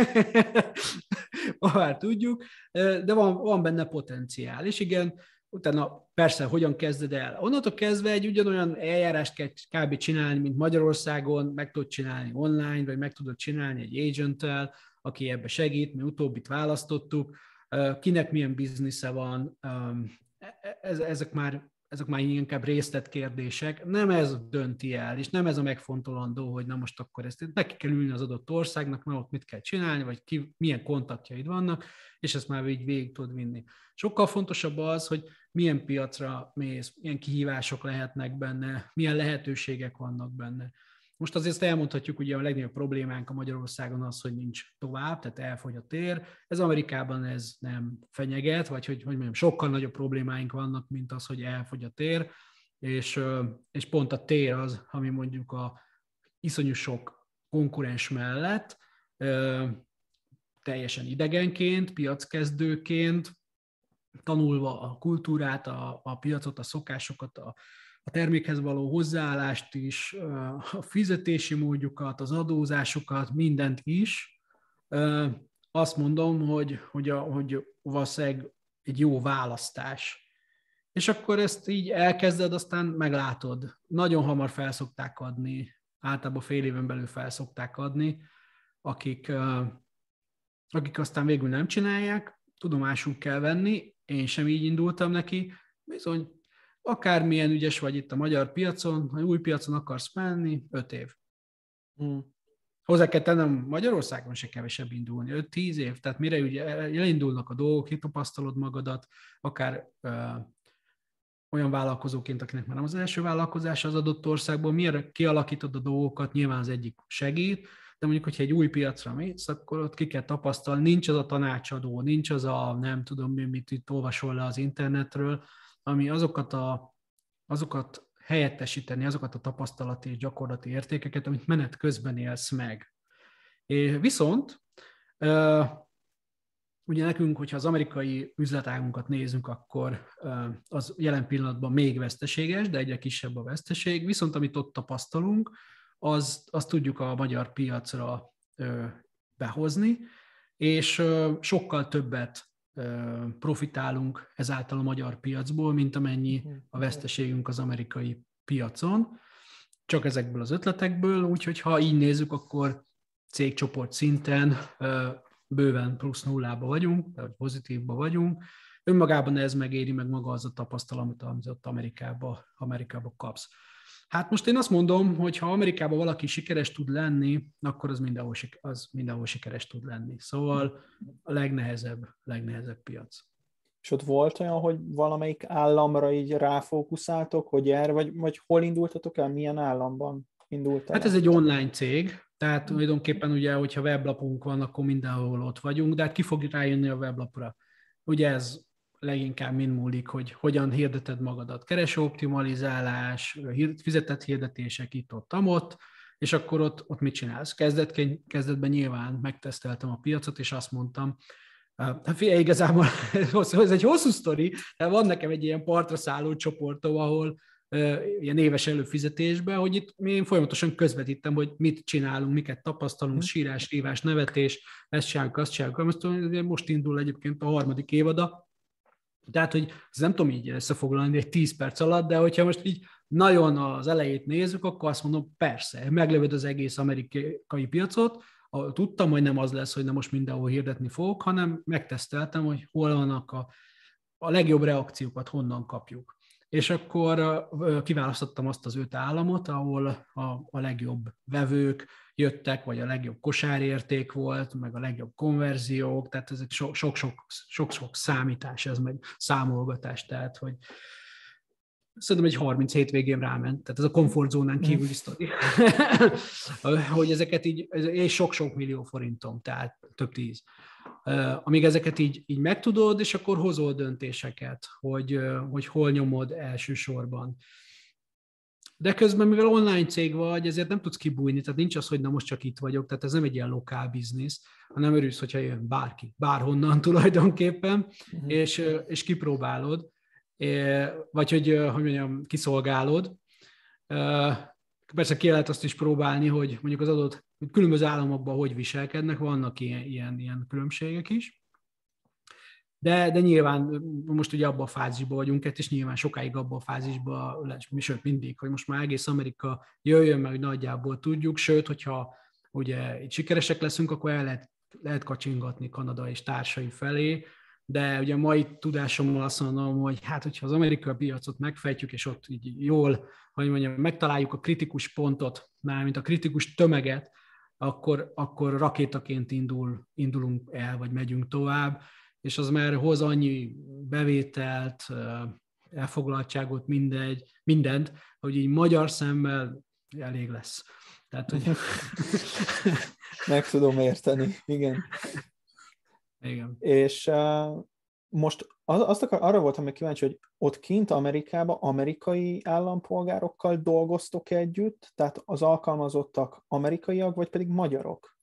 [SPEAKER 2] Ma már tudjuk. De van, van benne potenciál. És igen, utána persze, hogyan kezded el? Onnantól kezdve egy ugyanolyan eljárást kell kb. Csinálni, mint Magyarországon, meg tudod csinálni online, vagy meg tudod csinálni egy agenttel, aki ebbe segít, mi utóbbit választottuk. kinek milyen biznisze van, ezek már, ezek már inkább részlet kérdések. Nem ez dönti el, és nem ez a megfontolandó, hogy na most akkor ezt neki kell ülni az adott országnak, na ott mit kell csinálni, vagy ki, milyen kontaktjaid vannak, és ezt már így végig tud vinni. Sokkal fontosabb az, hogy milyen piacra mész, milyen kihívások lehetnek benne, milyen lehetőségek vannak benne. Most azért ezt elmondhatjuk, ugye a legnagyobb problémánk a Magyarországon az, hogy nincs tovább, tehát elfogy a tér. Ez Amerikában ez nem fenyeget, vagy hogy, hogy mondjam, sokkal nagyobb problémáink vannak, mint az, hogy elfogy a tér, és, és pont a tér az, ami mondjuk a iszonyú sok konkurens mellett teljesen idegenként, piackezdőként, tanulva a kultúrát, a, a piacot, a szokásokat, a a termékhez való hozzáállást is, a fizetési módjukat, az adózásokat, mindent is. Azt mondom, hogy, hogy, a, hogy valószínűleg egy jó választás. És akkor ezt így elkezded, aztán meglátod. Nagyon hamar felszokták adni, általában fél éven belül felszokták adni, akik, akik aztán végül nem csinálják, tudomásul kell venni, én sem így indultam neki, bizony akármilyen ügyes vagy itt a magyar piacon, ha új piacon akarsz menni, öt év. Hmm. Hozzá kell tennem, Magyarországon se kevesebb indulni, öt-tíz év, tehát mire ugye elindulnak a dolgok, kitapasztalod magadat, akár ö, olyan vállalkozóként, akinek már nem az első vállalkozás az adott országban, mire kialakítod a dolgokat, nyilván az egyik segít, de mondjuk, hogyha egy új piacra mész, akkor ott ki kell tapasztalni, nincs az a tanácsadó, nincs az a nem tudom mi, mit itt olvasol le az internetről, ami azokat, a, azokat helyettesíteni, azokat a tapasztalati és gyakorlati értékeket, amit menet közben élsz meg. És viszont ugye nekünk, hogyha az amerikai üzletágunkat nézünk, akkor az jelen pillanatban még veszteséges, de egyre kisebb a veszteség, viszont amit ott tapasztalunk, az, azt tudjuk a magyar piacra behozni, és sokkal többet profitálunk ezáltal a magyar piacból, mint amennyi a veszteségünk az amerikai piacon. Csak ezekből az ötletekből, úgyhogy ha így nézzük, akkor cégcsoport szinten bőven plusz nullába vagyunk, vagy pozitívba vagyunk. Önmagában ez megéri, meg maga az a tapasztalat, amit ott Amerikába, Amerikába kapsz. Hát most én azt mondom, hogy ha Amerikában valaki sikeres tud lenni, akkor az mindenhol, az mindenhol sikeres tud lenni. Szóval a legnehezebb, legnehezebb piac.
[SPEAKER 1] És ott volt olyan, hogy valamelyik államra így ráfókuszáltok, hogy erre, vagy, vagy hol indultatok el, milyen államban indultál?
[SPEAKER 2] Hát ez egy online cég, tehát tulajdonképpen ugye, hogyha weblapunk van, akkor mindenhol ott vagyunk, de hát ki fog rájönni a weblapra? Ugye ez leginkább mind múlik, hogy hogyan hirdeted magadat. Keresőoptimalizálás, fizetett hirdetések itt-ott, ott, és akkor ott, ott mit csinálsz? Kezdetként, kezdetben nyilván megteszteltem a piacot, és azt mondtam, hát figyelj, igazából ez egy hosszú sztori, de van nekem egy ilyen partra szálló csoportom, ahol ilyen éves előfizetésben, hogy itt én folyamatosan közvetítem, hogy mit csinálunk, miket tapasztalunk, sírás, rívás, nevetés, ezt csináljuk, azt csináljuk. Most, most indul egyébként a harmadik évada, tehát, hogy ez nem tudom így összefoglalni egy tíz perc alatt, de hogyha most így nagyon az elejét nézzük, akkor azt mondom, persze, meglövöd az egész amerikai piacot, tudtam, hogy nem az lesz, hogy nem most mindenhol hirdetni fogok, hanem megteszteltem, hogy hol vannak a, a legjobb reakciókat, honnan kapjuk. És akkor kiválasztottam azt az öt államot, ahol a, a legjobb vevők jöttek, vagy a legjobb kosárérték volt, meg a legjobb konverziók, tehát ezek sok-sok számítás, ez meg számolgatás, tehát hogy szerintem egy harminc hétvégén ráment, tehát ez a komfortzónán kívüli sztori, hogy ezeket így, és sok-sok millió forintom, tehát több tíz. Amíg ezeket így, így megtudod, és akkor hozol döntéseket, hogy, hogy hol nyomod elsősorban. De közben, mivel online cég vagy, ezért nem tudsz kibújni, tehát nincs az, hogy na most csak itt vagyok, tehát ez nem egy ilyen lokál biznisz, hanem örülsz, hogyha jön bárki, bárhonnan tulajdonképpen, uh-huh. és, és kipróbálod, vagy hogy, hogy mondjam, kiszolgálod. Persze ki lehet azt is próbálni, hogy mondjuk az adott különböző államokban hogy viselkednek, vannak ilyen, ilyen, ilyen különbségek is. De, de nyilván most ugye abban a fázisban vagyunk, és nyilván sokáig abban a fázisban, sőt mindig, hogy most már egész Amerika jöjjön, meg nagyjából tudjuk, sőt, hogyha ugye itt sikeresek leszünk, akkor el lehet, lehet kacsingatni Kanada és társai felé, de ugye a mai tudásommal azt mondom, hogy hát, hogyha az amerikai piacot megfejtjük, és ott így jól, hogy mondjam, megtaláljuk a kritikus pontot, mármint a kritikus tömeget, akkor, akkor rakétaként indul, indulunk el, vagy megyünk tovább, és az már hoz annyi bevételt, elfoglaltságot, mindegy, mindent, hogy így magyar szemmel elég lesz. Tehát, hogy...
[SPEAKER 1] Meg tudom érteni, igen.
[SPEAKER 2] Igen.
[SPEAKER 1] És uh, most azt akar, arra voltam még kíváncsi, hogy ott kint Amerikában amerikai állampolgárokkal dolgoztok együtt, tehát az alkalmazottak amerikaiak, vagy pedig magyarok?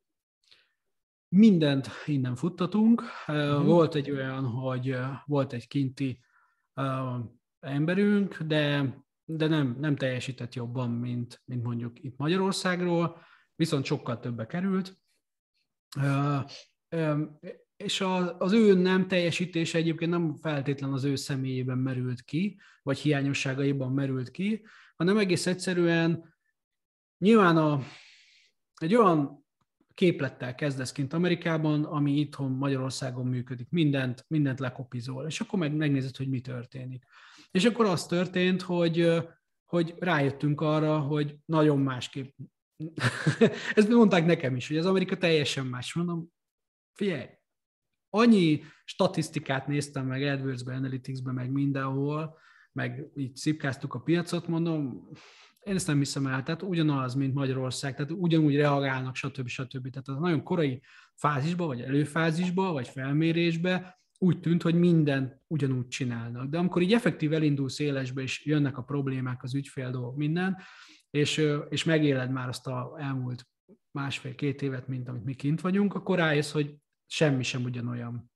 [SPEAKER 2] Mindent innen futtatunk. Uh-huh. Volt egy olyan, hogy volt egy kinti uh, emberünk, de, de nem, nem teljesített jobban, mint, mint mondjuk itt Magyarországról, viszont sokkal többe került. Uh, um, és az, az ő nem teljesítése egyébként nem feltétlenül az ő személyében merült ki, vagy hiányosságaiban merült ki, hanem egész egyszerűen nyilván a, egy olyan képlettel kezdesz kint Amerikában, ami itthon Magyarországon működik. Mindent, mindent lekopizol, és akkor meg, megnézed, hogy mi történik. És akkor az történt, hogy, hogy rájöttünk arra, hogy nagyon másképp. Ezt mondták nekem is, hogy az Amerika teljesen más. Mondom, figyelj, annyi statisztikát néztem meg AdWords-ben, Analytics-ben, meg mindenhol, meg így szipkáztuk a piacot, mondom, én ezt nem hiszem el, tehát ugyanaz, mint Magyarország, tehát ugyanúgy reagálnak, stb. stb. Tehát az nagyon korai fázisban, vagy előfázisban, vagy felmérésben úgy tűnt, hogy mindent ugyanúgy csinálnak. De amikor így effektív elindul szélesbe, és jönnek a problémák, az ügyfél dolgok, minden, és, és megéled már azt az elmúlt másfél-két évet, mint amit mi kint vagyunk, akkor rájössz, hogy semmi sem ugyanolyan.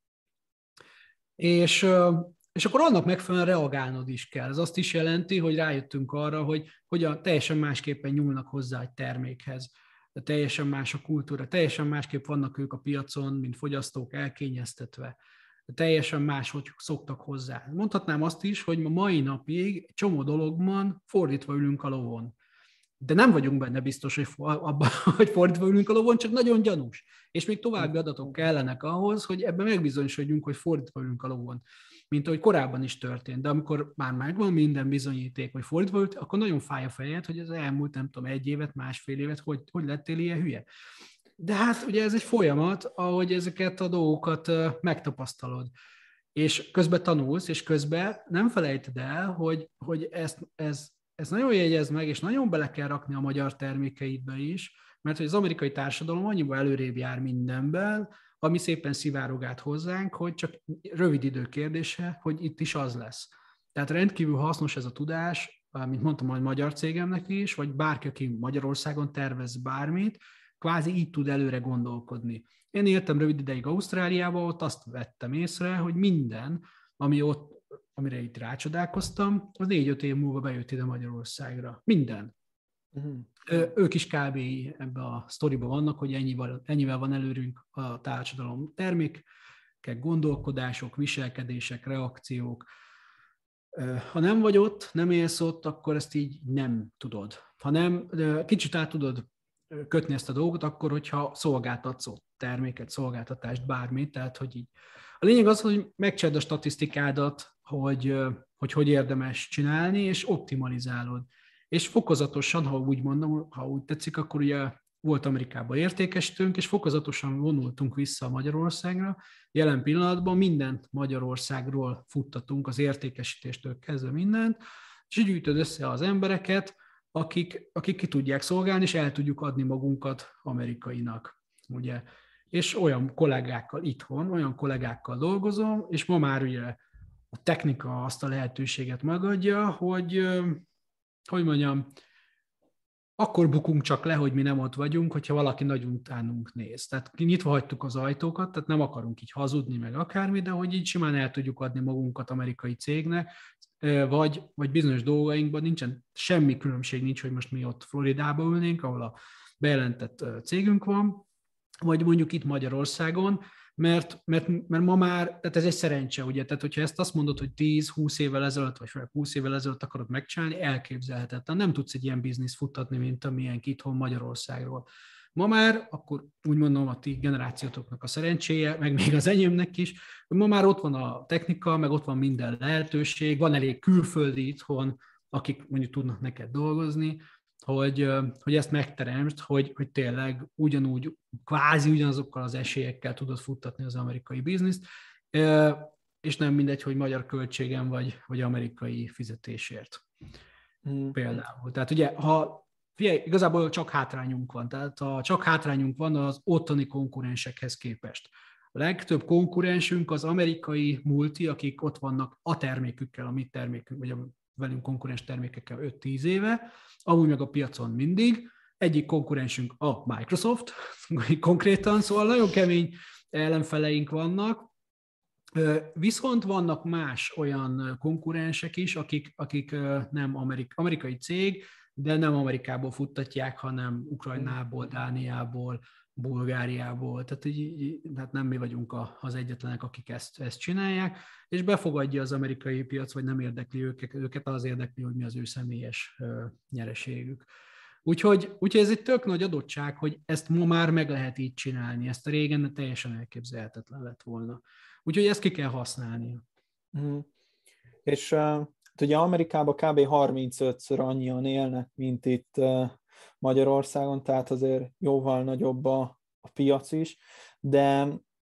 [SPEAKER 2] És, és akkor annak megfelelően reagálnod is kell. Ez azt is jelenti, hogy rájöttünk arra, hogy, hogy a, teljesen másképpen nyúlnak hozzá egy termékhez. De teljesen más a kultúra, teljesen másképp vannak ők a piacon, mint fogyasztók elkényeztetve. De teljesen máshogy szoktak hozzá. Mondhatnám azt is, hogy ma mai napig csomó dologban fordítva ülünk a lovon. De nem vagyunk benne biztos, hogy, abban, hogy fordítva ülünk a lovon, csak nagyon gyanús. És még további adatok kellenek ahhoz, hogy ebben megbizonyosodjunk, hogy fordítva ülünk a lovon. Mint ahogy korábban is történt. De amikor már megvan minden bizonyíték, hogy fordítva ült, akkor nagyon fáj a fejed, hogy az elmúlt, nem tudom, egy évet, másfél évet, hogy, hogy lettél ilyen hülye. De hát ugye ez egy folyamat, ahogy ezeket a dolgokat megtapasztalod. És közben tanulsz, és közben nem felejted el, hogy, hogy ezt, ez, ezt nagyon jegyezd meg, és nagyon bele kell rakni a magyar termékeidbe is, mert hogy az amerikai társadalom annyiba előrébb jár mindenben, ami szépen szivárog át hozzánk, hogy csak rövid idő kérdése, hogy itt is az lesz. Tehát rendkívül hasznos ez a tudás, mint mondtam, a magyar cégemnek is, vagy bárki, aki Magyarországon tervez bármit, kvázi így tud előre gondolkodni. Én éltem rövid ideig Ausztráliába, ott azt vettem észre, hogy minden, ami ott, amire itt rácsodálkoztam, az négy-öt év múlva bejött ide Magyarországra. Minden. Uh-huh. Ők is kb. Ebben a sztoriban vannak, hogy ennyivel, ennyivel van előrünk a társadalom termékek, gondolkodások, viselkedések, reakciók. Ha nem vagy ott, nem élsz ott, akkor ezt így nem tudod. Ha nem, kicsit át tudod kötni ezt a dolgot, akkor, hogyha szolgáltatsz ott terméket, szolgáltatást, bármit, tehát, hogy így. A lényeg az, hogy megcsináld a statisztikádat, hogy, hogy hogy érdemes csinálni, és optimalizálod. És fokozatosan, ha úgy mondom, ha úgy tetszik, akkor ugye volt Amerikában értékesítőnk, és fokozatosan vonultunk vissza a Magyarországra. Jelen pillanatban mindent Magyarországról futtatunk, az értékesítéstől kezdve mindent, és gyűjtöd össze az embereket, akik, akik ki tudják szolgálni, és el tudjuk adni magunkat amerikainak. Ugye? És olyan kollégákkal itthon, olyan kollégákkal dolgozom, és ma már ugye a technika azt a lehetőséget megadja, hogy, hogy mondjam, akkor bukunk csak le, hogy mi nem ott vagyunk, hogyha valaki nagyon utánunk néz. Tehát nyitva hagytuk az ajtókat, tehát nem akarunk így hazudni, meg akármi, de hogy így simán el tudjuk adni magunkat amerikai cégnek, vagy, vagy bizonyos dolgainkban nincsen semmi különbség, nincs, hogy most mi ott Floridába ülnénk, ahol a bejelentett cégünk van, vagy mondjuk itt Magyarországon, mert, mert, mert ma már, tehát ez egy szerencse, ugye, tehát hogyha ezt azt mondod, hogy tíz-húsz évvel ezelőtt, vagy főleg húsz évvel ezelőtt akarod megcsinálni, elképzelhetetlen. Nem tudsz egy ilyen bizniszt futtatni, mint amilyen itthon Magyarországról. Ma már, akkor úgy mondom a ti generációtoknak a szerencséje, meg még az enyémnek is, ma már ott van a technika, meg ott van minden lehetőség, van elég külföldi itthon, akik mondjuk tudnak neked dolgozni, hogy, hogy ezt megteremtsd, hogy, hogy tényleg ugyanúgy, kvázi ugyanazokkal az esélyekkel tudod futtatni az amerikai bizniszt, és nem mindegy, hogy magyar költségen vagy, vagy amerikai fizetésért. Hmm. Például. Tehát ugye, ha figyelj, igazából csak hátrányunk van, tehát ha csak hátrányunk van az ottani konkurensekhez képest. A legtöbb konkurensünk az amerikai multi, akik ott vannak a termékükkel, a mi termékünk, vagy a velünk konkurens termékekkel öt-tíz éve, amúgy meg a piacon mindig. Egyik konkurensünk a Microsoft, konkrétan, szóval nagyon kemény ellenfeleink vannak, viszont vannak más olyan konkurensek is, akik, akik nem amerik, amerikai cég, de nem Amerikából futtatják, hanem Ukrajnából, Dániából, Bulgáriából, tehát így, hát nem mi vagyunk az egyetlenek, akik ezt, ezt csinálják, és befogadja az amerikai piac, vagy nem érdekli őket, őket az érdekli, hogy mi az ő személyes nyereségük. Úgyhogy, úgyhogy ez egy tök nagy adottság, hogy ezt ma már meg lehet így csinálni, ezt a régen teljesen elképzelhetetlen lett volna. Úgyhogy ezt ki kell használni.
[SPEAKER 1] Mm. És uh, ugye Amerikában kb. harmincötször annyian élnek, mint itt uh, Magyarországon, tehát azért jóval nagyobb a, a piac is, de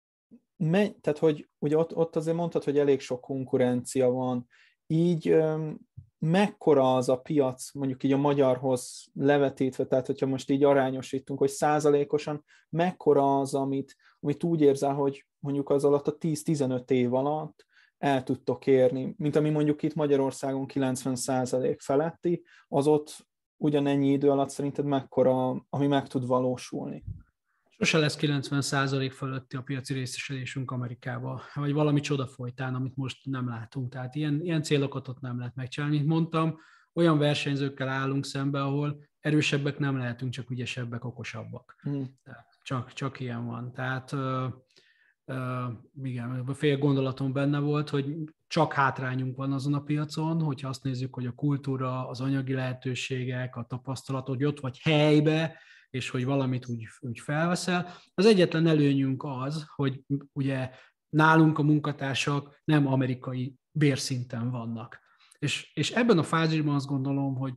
[SPEAKER 1] me, tehát, hogy ugye ott, ott azért mondtad, hogy elég sok konkurencia van, így um, mekkora az a piac, mondjuk így a magyarhoz levetítve, tehát hogyha most így arányosítunk, hogy százalékosan mekkora az, amit, amit úgy érzel, hogy mondjuk az alatt a tíz-tizenöt év alatt el tudtok érni, mint ami mondjuk itt Magyarországon kilencven százalék feletti, az ott ugyanennyi idő alatt szerinted mekkora, ami meg tud valósulni?
[SPEAKER 2] Sose lesz kilencven százalék fölötti a piaci részesedésünk Amerikába, vagy valami csoda folytán, amit most nem látunk. Tehát ilyen, ilyen célokat ott nem lehet megcsinálni. Mint mondtam, olyan versenyzőkkel állunk szembe, ahol erősebbek nem lehetünk, csak ügyesebbek, okosabbak. Hmm. Csak, csak ilyen van. Tehát uh, uh, igen, a fél gondolatom benne volt, hogy csak hátrányunk van azon a piacon, hogyha azt nézzük, hogy a kultúra, az anyagi lehetőségek, a tapasztalat, hogy ott vagy helybe, és hogy valamit úgy, úgy felveszel. Az egyetlen előnyünk az, hogy ugye nálunk a munkatársak nem amerikai bérszinten vannak. És, és ebben a fázisban azt gondolom, hogy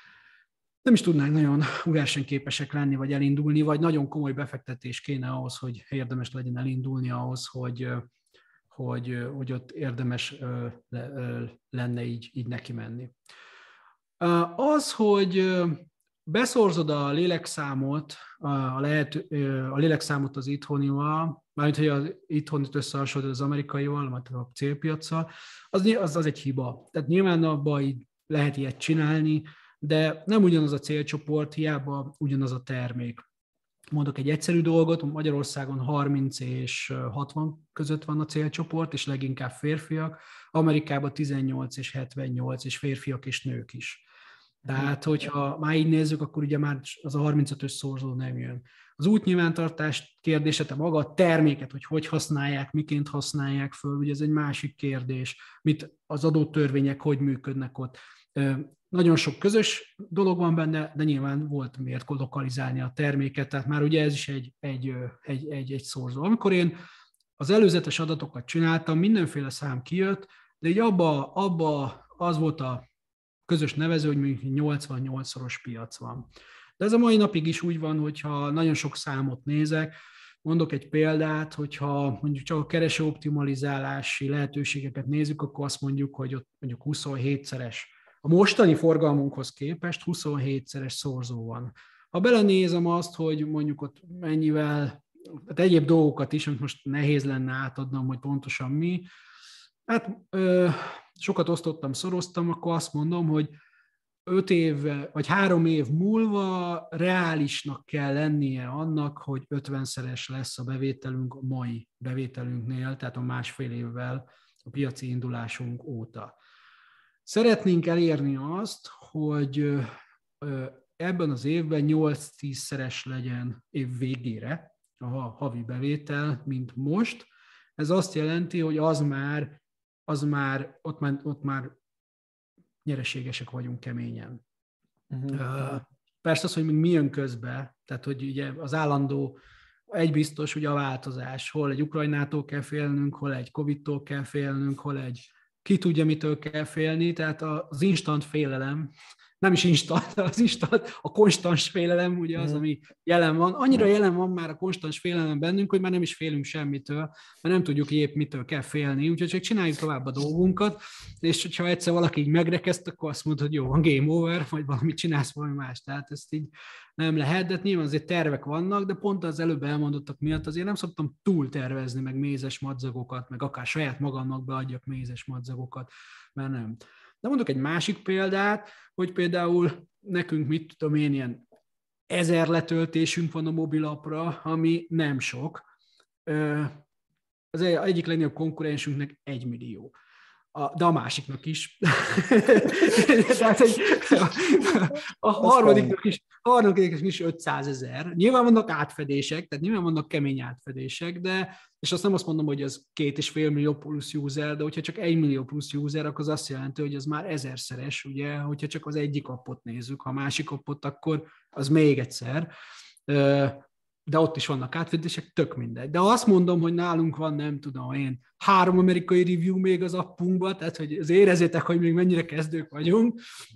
[SPEAKER 2] nem is tudnánk nagyon versenyképesek lenni, vagy elindulni, vagy nagyon komoly befektetés kéne ahhoz, hogy érdemes legyen elindulni, ahhoz, hogy, hogy, hogy ott érdemes lenne így, így neki menni. Az, hogy beszorzod a lélekszámot, a, lehet, a lélekszámot az itthonival, mármint, hogy az itthonit összehasonlítod az amerikaival, vagy a célpiaccal, az, az, az egy hiba. Tehát nyilván abban így lehet ilyet csinálni, de nem ugyanaz a célcsoport, hiába ugyanaz a termék. Mondok egy egyszerű dolgot, Magyarországon harminc és hatvan között van a célcsoport, és leginkább férfiak, Amerikában tizennyolc és hetvennyolc, és férfiak és nők is. Tehát, hogyha már így nézzük, akkor ugye már az a harmincötös szorzó nem jön. Az útnyilvántartás kérdése, te maga a terméket, hogy hogy használják, miként használják föl, ugye ez egy másik kérdés, mit az adott törvények, hogy működnek ott. Nagyon sok közös dolog van benne, de nyilván volt miért lokalizálni a terméket, tehát már ugye ez is egy, egy, egy, egy, egy szorzó. Amikor én az előzetes adatokat csináltam, mindenféle szám kijött, de így abba, abba az volt a közös nevező, hogy mondjuk nyolcvannyolc-szoros piac van. De ez a mai napig is úgy van, hogyha nagyon sok számot nézek, mondok egy példát, hogyha mondjuk csak a kereső optimalizálási lehetőségeket nézzük, akkor azt mondjuk, hogy ott mondjuk huszonhétszeres. A mostani forgalmunkhoz képest huszonhétszeres szorzó van. Ha belenézem azt, hogy mondjuk ott mennyivel, hát egyéb dolgokat is, amit most nehéz lenne átadnom, hogy pontosan mi, hát ö, sokat osztottam, szoroztam, akkor azt mondom, hogy öt év, vagy három év múlva reálisnak kell lennie annak, hogy ötvenszeres lesz a bevételünk a mai bevételünknél, tehát a másfél évvel a piaci indulásunk óta. Szeretnénk elérni azt, hogy ebben az évben nyolc-tízszeres legyen év végére a havi bevétel, mint most. Ez azt jelenti, hogy az már, az már, ott már, ott már nyereségesek vagyunk keményen. Uh-huh. persze az, hogy mi jön közbe, tehát hogy ugye az állandó, egy biztos, ugye a változás, hol egy Ukrajnától kell félnünk, hol egy Covid-tól kell félnünk, hol egy ki tudja, mitől kell félni, tehát az instant félelem, nem is instant, az instant, a konstans félelem, ugye az, ami jelen van. Annyira jelen van már a konstans félelem bennünk, hogy már nem is félünk semmitől, mert nem tudjuk épp mitől kell félni, úgyhogy csak csináljuk tovább a dolgunkat, és ha egyszer valaki így megrekezt, akkor azt mondod, hogy jó, van game over, vagy valamit csinálsz valami más. Tehát ezt így nem lehet, de nyilván azért tervek vannak, de pont az előbb elmondottak miatt azért nem szoktam túl tervezni, meg mézes madzagokat, meg akár saját magamnak beadjak mézes madzagokat, mert nem. De mondok egy másik példát, hogy például nekünk, mit tudom én, ilyen ezer letöltésünk van a mobilapra, ami nem sok. Az egyik legnagyobb konkurensünknek egy millió. A, de a másiknak is. Tehát, hogy a harmadiknak is, a harmadiknak is ötszázezer. Nyilván vannak átfedések, tehát nyilván vannak kemény átfedések, de, és azt nem azt mondom, hogy az két és fél millió plusz user, de hogyha csak egy millió plusz user, akkor az azt jelenti, hogy az már ezerszeres, ugye, hogyha csak az egyik appot nézzük, ha a másik appot, akkor az még egyszer. De ott is vannak átfedések, tök mindegy. De azt mondom, hogy nálunk van, nem tudom én, három amerikai review még az appunkban, tehát hogy az érezzétek, hogy még mennyire kezdők vagyunk,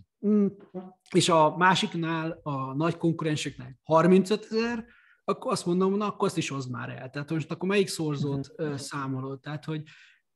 [SPEAKER 2] és a másiknál, a nagy konkurenseknek harmincötezer, akkor azt mondom, na, akkor azt is hozd már el. Tehát most akkor melyik szorzót uh-huh. számolod? Tehát, hogy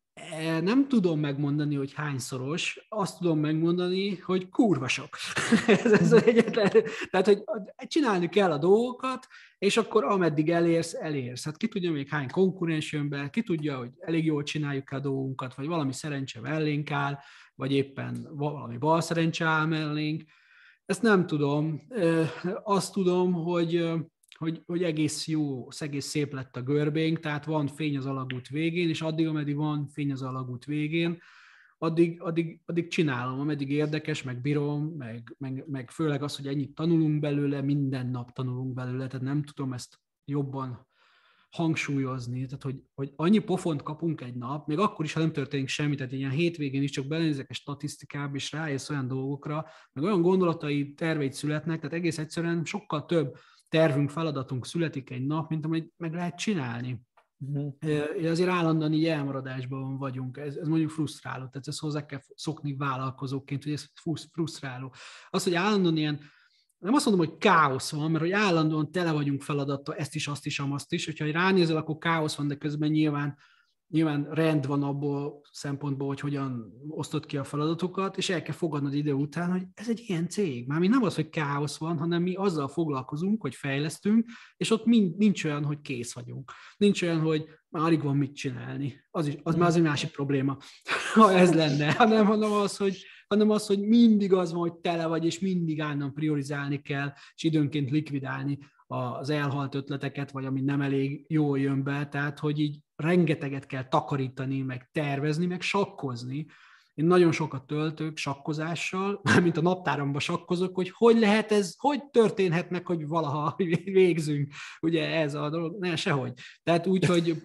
[SPEAKER 2] nem tudom megmondani, hogy hányszoros, azt tudom megmondani, hogy kurva sok. ez, ez az egyetlen. Tehát, hogy csinálni kell a dolgokat, és akkor ameddig elérsz, elérsz. Hát ki tudja még hány konkurens jön be, ki tudja, hogy elég jól csináljuk a dolgunkat, vagy valami szerencse mellénk áll, vagy éppen valami bal szerencse áll mellénk. Ezt nem tudom. Azt tudom, hogy Hogy, hogy egész jó, egész szép lett a görbénk, tehát van fény az alagút végén, és addig, ameddig van fény az alagút végén, addig, addig, addig csinálom, ameddig érdekes, meg bírom, meg, meg, meg főleg az, hogy ennyit tanulunk belőle, minden nap tanulunk belőle, tehát nem tudom ezt jobban hangsúlyozni, tehát hogy, hogy annyi pofont kapunk egy nap, még akkor is, ha nem történik semmi, tehát ilyen hétvégén is csak belenézek egy statisztikába, és rájössz olyan dolgokra, meg olyan gondolatai, terveid születnek, tehát egész egyszerűen sokkal több tervünk, feladatunk születik egy nap, mint amit meg lehet csinálni. Uh-huh. Azért állandóan így elmaradásban vagyunk, ez, ez mondjuk frusztráló, tehát ezt hozzá kell szokni vállalkozóként, hogy ez frusztráló. Az, hogy állandóan ilyen, nem azt mondom, hogy káosz van, mert hogy állandóan tele vagyunk feladattal, ezt is, azt is, azt is, hogyha ránézel, akkor káosz van, de közben nyilván Nyilván rend van abból szempontból, hogy hogyan osztod ki a feladatokat, és el kell fogadnod idő után, hogy ez egy ilyen cég. Mármint nem az, hogy káosz van, hanem mi azzal foglalkozunk, hogy fejlesztünk, és ott mind, nincs olyan, hogy kész vagyunk. Nincs olyan, hogy már alig van mit csinálni. Az, is, az már az egy másik probléma, ha ez lenne. Hanem, hanem, az, hogy, hanem az, hogy mindig az van, hogy tele vagy, és mindig állandóan priorizálni kell, és időnként likvidálni az elhalt ötleteket, vagy ami nem elég jól jön be, tehát hogy így rengeteget kell takarítani, meg tervezni, meg sakkozni. Én nagyon sokat töltök sakkozással, mármint a naptáramba sakkozok, hogy hogy lehet ez, hogy történhet meg, hogy valaha végzünk, ugye ez a dolog, ne, sehogy. Tehát úgy, hogy...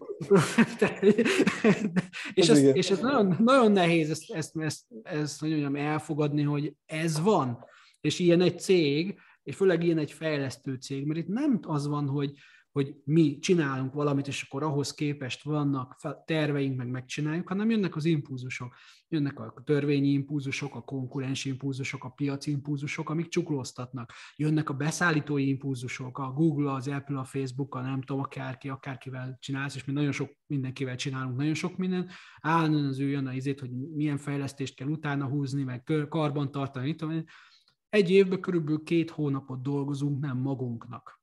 [SPEAKER 2] és, ez, és ez nagyon, nagyon nehéz ezt, ezt, ezt, ezt nagyon elfogadni, hogy ez van, és ilyen egy cég, és főleg ilyen egy fejlesztő cég, mert itt nem az van, hogy, hogy mi csinálunk valamit, és akkor ahhoz képest vannak terveink, meg megcsináljuk, hanem jönnek az impulzusok. Jönnek a törvényi impulzusok, a konkurensi impulzusok, a piaci impulzusok, amik csuklóztatnak. Jönnek a beszállítói impulzusok, a Google, az Apple, a Facebook, a nem tudom, akárki, akárkivel csinálsz, és mi nagyon sok mindenkivel csinálunk nagyon sok mindent. Állandóan az ő jön a izét, hogy milyen fejlesztést kell utána húzni, meg karban tartani, mit tudom én. Egy évben körülbelül két hónapot dolgozunk nem magunknak.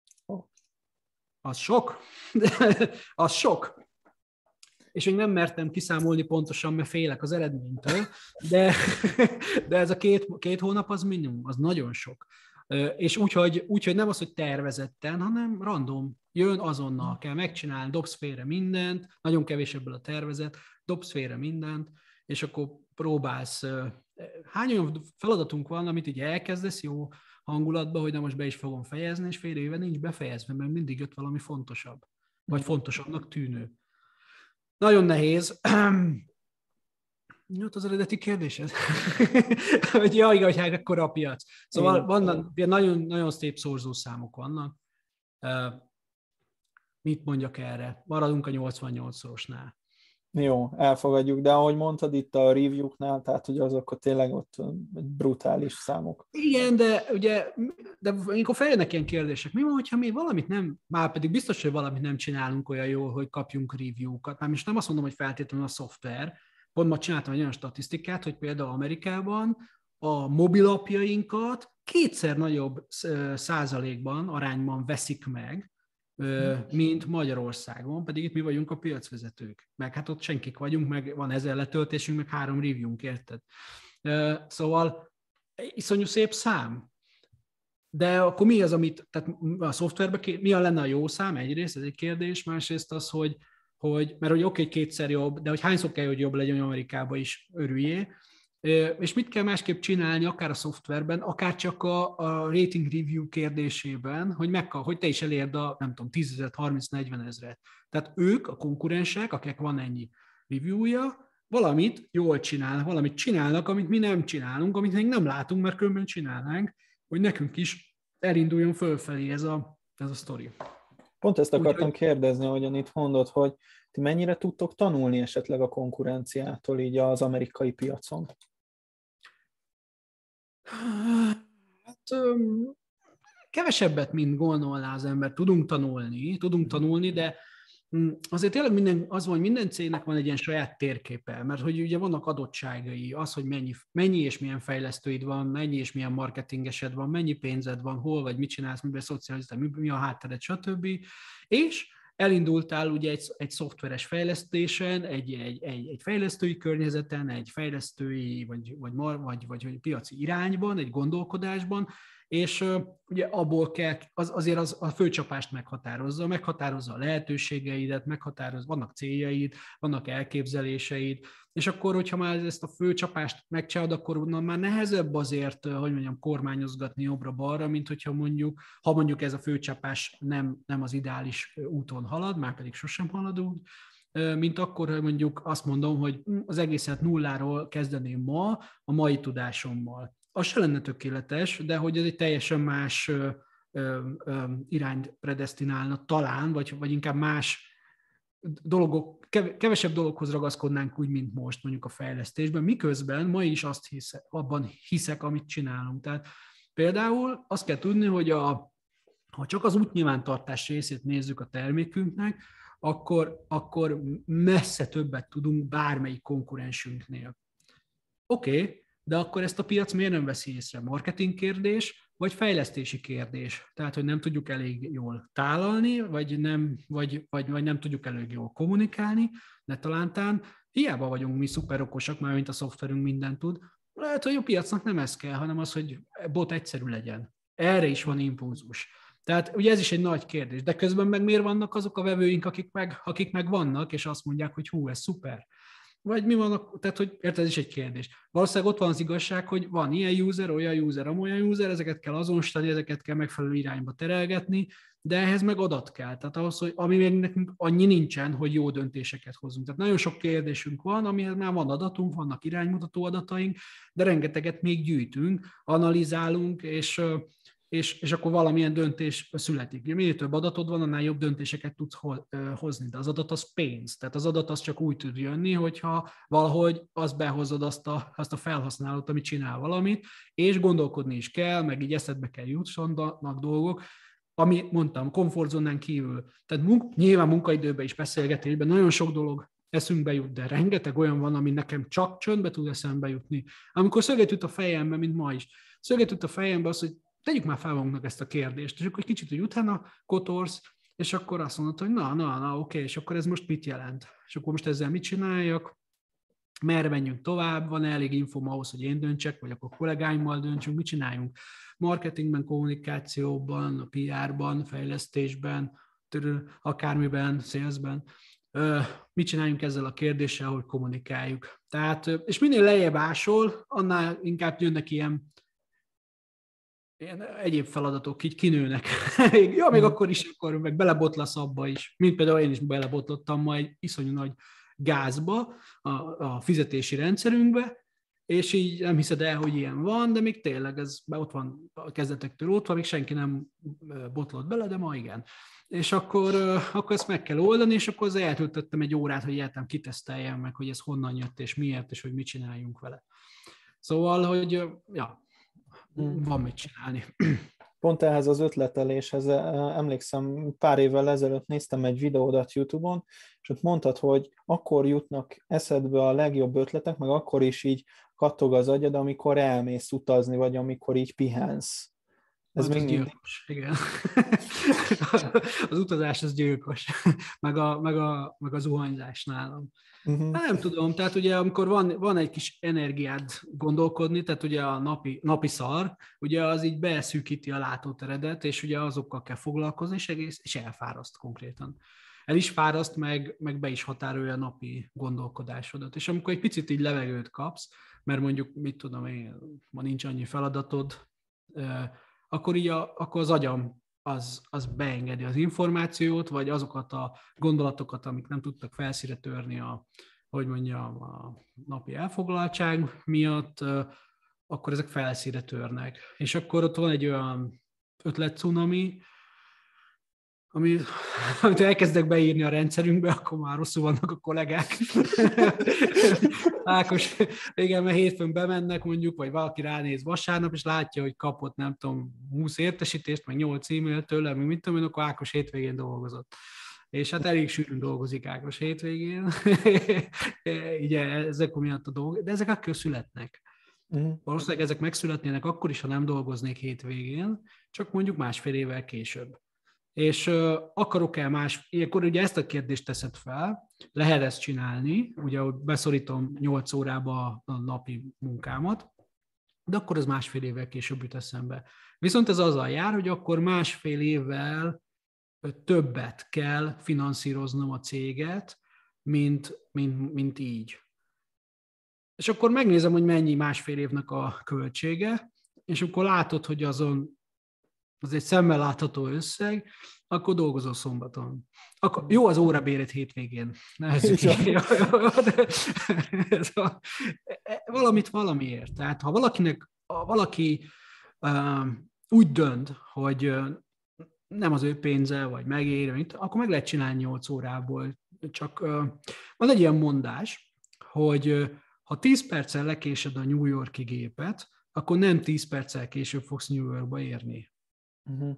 [SPEAKER 2] Az sok. Az sok. És még nem mertem kiszámolni pontosan, mert félek az eredménytől, de, de ez a két, két hónap az minimum, az nagyon sok. És úgyhogy, úgyhogy nem az, hogy tervezetten, hanem random. Jön azonnal, kell megcsinálni, dobsz félre mindent, nagyon kevés ebből a tervezet, dobsz félre mindent, és akkor próbálsz. Hány olyan feladatunk van, amit így elkezdesz jó hangulatban, hogy na most be is fogom fejezni, és fél éve nincs befejezve, mert mindig jött valami fontosabb, vagy fontosabbnak tűnő. Nagyon nehéz. Jó, az eredeti kérdésed. Hogy jaj, hogy hát ekkora a piac. Szóval igen. Vannak, nagyon, nagyon szép szorzószámok vannak. Mit mondjak erre? Maradunk a nyolcvannyolc-szorosnál.
[SPEAKER 1] Jó, elfogadjuk, de ahogy mondtad itt a review-knál, tehát hogy azok tényleg ott brutális számok.
[SPEAKER 2] Igen, de ugye, de amikor feljönnek ilyen kérdések, mi van, hogyha mi valamit nem, már pedig biztos, hogy valamit nem csinálunk olyan jól, hogy kapjunk review-kat. Már most nem azt mondom, hogy feltétlenül a szoftver. Pont ma csináltam egy olyan statisztikát, hogy például Amerikában a mobilapjainkat kétszer nagyobb százalékban, arányban veszik meg, mint Magyarországon, pedig itt mi vagyunk a piacvezetők. Meg hát ott senkik vagyunk, meg van ezer letöltésünk, meg három review-nk, érted? Szóval iszonyú szép szám. De akkor mi az, amit, tehát a szoftverben, mi a lenne a jó szám? Egyrészt ez egy kérdés, másrészt az, hogy, hogy mert hogy oké, okay, kétszer jobb, de hogy hányszor kell, hogy jobb legyen Amerikában is, örüljé. És mit kell másképp csinálni, akár a szoftverben, akár csak a, a rating review kérdésében, hogy, meg, hogy te is elérd a, nem tudom, tízezer, harminc, negyven ezret. Tehát ők, a konkurensek, akik van ennyi reviewja, valamit jól csinálnak, valamit csinálnak, amit mi nem csinálunk, amit még nem látunk, mert különben csinálnánk, hogy nekünk is elinduljon fölfelé ez a, ez a sztori.
[SPEAKER 1] Pont ezt akartam
[SPEAKER 2] Úgy,
[SPEAKER 1] kérdezni, ahogyan itt mondod, hogy ti mennyire tudtok tanulni esetleg a konkurenciától így az amerikai piacon?
[SPEAKER 2] Hát kevesebbet, mint gondolná az ember. Tudunk tanulni, tudunk tanulni, de azért tényleg minden, az van, hogy minden cégnek van egy ilyen saját térképe, mert hogy ugye vannak adottságai, az, hogy mennyi, mennyi és milyen fejlesztőid van, mennyi és milyen marketingesed van, mennyi pénzed van, hol vagy, mit csinálsz, miben szocializál, mi, mi a háttered, stb. És elindultál ugye egy, egy szoftveres fejlesztésen, egy, egy, egy, egy fejlesztői környezeten, egy fejlesztői vagy, vagy, vagy, vagy, vagy piaci irányban, egy gondolkodásban, és uh, ugye abból kell, az, azért az a főcsapást meghatározza, meghatározza a lehetőségeidet, meghatározza, vannak céljaid, vannak elképzeléseid, és akkor, hogyha már ezt a főcsapást megcsinálod, akkor onnan már nehezebb azért, hogy mondjam, kormányozgatni jobbra-balra, mint hogyha mondjuk, ha mondjuk ez a főcsapás nem, nem az ideális úton halad, már pedig sosem halad úgy, mint akkor, hogy mondjuk azt mondom, hogy az egészet nulláról kezdeném ma, a mai tudásommal. Az se lenne tökéletes, de hogy ez egy teljesen más ö, ö, ö, irányt predesztinálna talán, vagy, vagy inkább más dolgok, kevesebb dologhoz ragaszkodnánk úgy, mint most mondjuk a fejlesztésben, miközben ma is azt hiszek, abban hiszek, amit csinálunk. Tehát például azt kell tudni, hogy a, ha csak az útnyilvántartás részét nézzük a termékünknek, akkor, akkor messze többet tudunk bármelyik konkurensünknél. Oké, okay, de akkor ezt a piac miért nem veszi észre? Marketing kérdés, vagy fejlesztési kérdés? Tehát, hogy nem tudjuk elég jól tálalni, vagy nem, vagy, vagy, vagy nem tudjuk elég jól kommunikálni, de talántán hiába vagyunk mi szuper okosak, már mint a szoftverünk mindent tud. Lehet, hogy a piacnak nem ez kell, hanem az, hogy bot egyszerű legyen. Erre is van impulzus. Tehát ugye ez is egy nagy kérdés, de közben meg miért vannak azok a vevőink, akik meg, akik meg vannak, és azt mondják, hogy hú, ez szuper. Vagy mi van, tehát hogy érted, ez is egy kérdés. Valószínűleg ott van az igazság, hogy van ilyen user, olyan user, amolyan user, ezeket kell azonosítani, ezeket kell megfelelő irányba terelgetni, de ehhez meg adat kell. Tehát ahhoz, hogy ami még nekünk annyi nincsen, hogy jó döntéseket hozzunk. Tehát nagyon sok kérdésünk van, amihez már van adatunk, vannak iránymutató adataink, de rengeteget még gyűjtünk, analizálunk, és És, és akkor valamilyen döntés születik. Minél több adatod van, annál jobb döntéseket tudsz hozni, de az adat az pénz. Tehát az adat az csak úgy tud jönni, hogyha valahogy azt behozod azt a, azt a felhasználót, ami csinál valamit, és gondolkodni is kell, meg így eszedbe kell jutsanak dolgok, ami, mondtam, komfortzónán kívül. Tehát munk, nyilván munkaidőben is beszélgetésben nagyon sok dolog eszünkbe jut, de rengeteg olyan van, ami nekem csak csöndbe tud eszembe jutni. Amikor szöget jut a fejembe, mint ma is, szöget jut a fejembe az, hogy tegyük már fel magunknak ezt a kérdést, és akkor egy kicsit, hogy utána kotorsz, és akkor azt mondod, hogy na, na, na, oké, és akkor ez most mit jelent? És akkor most ezzel mit csináljak? Merre menjünk tovább? Van elég infóm ahhoz, hogy én döntsek, vagy akkor kollégáimmal döntsünk? Mit csináljunk? Marketingben, kommunikációban, a pé er-ban, fejlesztésben, akármiben, salesben. Mit csináljunk ezzel a kérdéssel, hogy kommunikáljuk? Tehát, és minél lejjebb ásol, annál inkább jönnek ilyen ilyen egyéb feladatok így kinőnek. ja, még akkor is, akkor meg belebotlasz abba is. Mint például én is belebotlottam ma egy iszonyú nagy gázba, a, a fizetési rendszerünkbe, és így nem hiszed el, hogy ilyen van, de még tényleg ez ott van a kezdetektől ott van, még senki nem botlott bele, de ma igen. És akkor, akkor ezt meg kell oldani, és akkor azért eltöltöttem egy órát, hogy egyáltalán kiteszteljem meg, hogy ez honnan jött, és miért, és hogy mit csináljunk vele. Szóval, hogy ja, van mit csinálni.
[SPEAKER 1] Pont ehhez az ötleteléshez emlékszem, pár évvel ezelőtt néztem egy videódat YouTube-on, és ott mondtad, hogy akkor jutnak eszedbe a legjobb ötletek, meg akkor is így kattog az agyad, amikor elmész utazni, vagy amikor így pihensz.
[SPEAKER 2] Ez hát még gyilkos, igen. Az utazás az gyilkos, meg, a, meg, a, meg a zuhanyzás nálam. Uh-huh. Hát nem tudom, tehát ugye amikor van, van egy kis energiád gondolkodni, tehát ugye a napi, napi szar, ugye az így beszűkíti a látóteredet, és ugye azokkal kell foglalkozni, és, egész, és elfáraszt konkrétan. El is fáraszt, meg, meg be is határolja a napi gondolkodásodat. És amikor egy picit így levegőt kapsz, mert mondjuk, mit tudom én, ma nincs annyi feladatod, akkor, így a, akkor az agyam az, az beengedi az információt, vagy azokat a gondolatokat, amik nem tudtak felszíre törni a, hogy mondjam, a napi elfoglaltság miatt, akkor ezek felszíre törnek. És akkor ott van egy olyan ötletcunami, ami, amit elkezdek beírni a rendszerünkbe, akkor már rosszul vannak a kollégák. Ákos, igen, mert hétfőn bemennek mondjuk, vagy valaki ránéz vasárnap, és látja, hogy kapott, nem tudom, húsz értesítést, meg nyolc e-mailt tőle, meg mit tudom én, akkor Ákos hétvégén dolgozott. És hát elég sűrűn dolgozik Ákos hétvégén. Ugye, ezek miatt a dolgok, de ezek akkor születnek. Uh-huh. Valószínűleg ezek megszületnének akkor is, ha nem dolgoznék hétvégén, csak mondjuk másfél évvel később. És uh, akarok-e más, ilyenkor ugye ezt a kérdést teszed fel, lehet ezt csinálni, ugye beszorítom nyolc órába a napi munkámat, de akkor ez másfél évvel később jut eszembe. Viszont ez azzal jár, hogy akkor másfél évvel többet kell finanszíroznom a céget, mint, mint, mint így. És akkor megnézem, hogy mennyi másfél évnek a költsége, és akkor látod, hogy azon az egy szemmel látható összeg, akkor dolgozol szombaton. Akkor, jó az órabéret hétvégén. Valamit valamiért. Tehát ha valakinek, ha valaki uh, úgy dönt, hogy uh, nem az ő pénze, vagy megér, akkor meg lehet csinálni nyolc órából. Csak uh, van egy ilyen mondás, hogy uh, ha tíz perccel lekésed a New York-i gépet, akkor nem tíz perccel később fogsz New Yorkba érni. Uh-huh.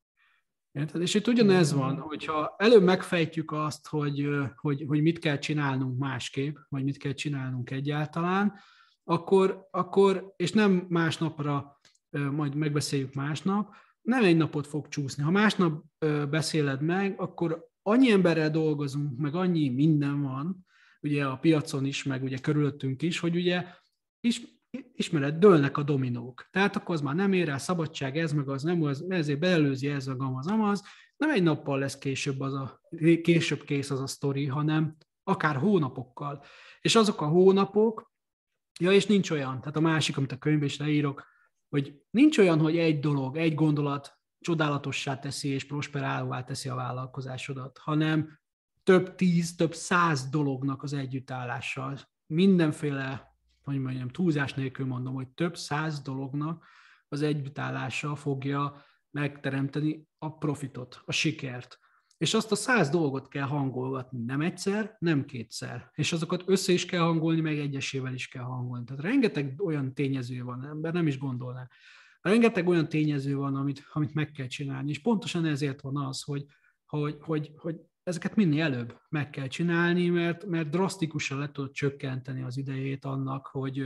[SPEAKER 2] És itt ugyanez van, hogyha előbb megfejtjük azt, hogy, hogy, hogy mit kell csinálnunk másképp, vagy mit kell csinálnunk egyáltalán, akkor, akkor és nem másnapra, majd megbeszéljük másnap, nem egy napot fog csúszni. Ha másnap beszéled meg, akkor annyi emberrel dolgozunk, meg annyi minden van, ugye a piacon is, meg ugye körülöttünk is, hogy ugye is ismered, dőlnek a dominók. Tehát akkor az már nem ér el, szabadság, ez meg az nem, az, ezért beelőzi ez a gam, az amaz. Nem egy nappal lesz később, az a, később kész az a sztori, hanem akár hónapokkal. És azok a hónapok, ja, és nincs olyan, tehát a másik, amit a könyvben is leírok, hogy nincs olyan, hogy egy dolog, egy gondolat csodálatossá teszi és prosperálóvá teszi a vállalkozásodat, hanem több tíz, több száz dolognak az együttállással. Mindenféle, hogy mondjam, túlzás nélkül mondom, hogy több száz dolognak az együttállása fogja megteremteni a profitot, a sikert. És azt a száz dolgot kell hangolgatni, nem egyszer, nem kétszer. És azokat össze is kell hangolni, meg egyesével is kell hangolni. Tehát rengeteg olyan tényező van, ember nem is gondolná. Rengeteg olyan tényező van, amit, amit meg kell csinálni. És pontosan ezért van az, hogy, hogy, hogy, hogy ezeket minél előbb meg kell csinálni, mert, mert drasztikusan le tudod csökkenteni az idejét annak, hogy,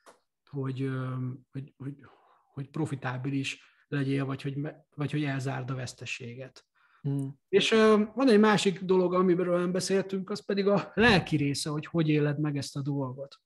[SPEAKER 2] hogy, hogy, hogy, hogy profitábilis legyél, vagy hogy, vagy hogy elzárd a veszteséget. Hmm. És uh, van egy másik dolog, amiről nem beszéltünk, az pedig a lelki része, hogy hogy éled meg ezt a dolgot.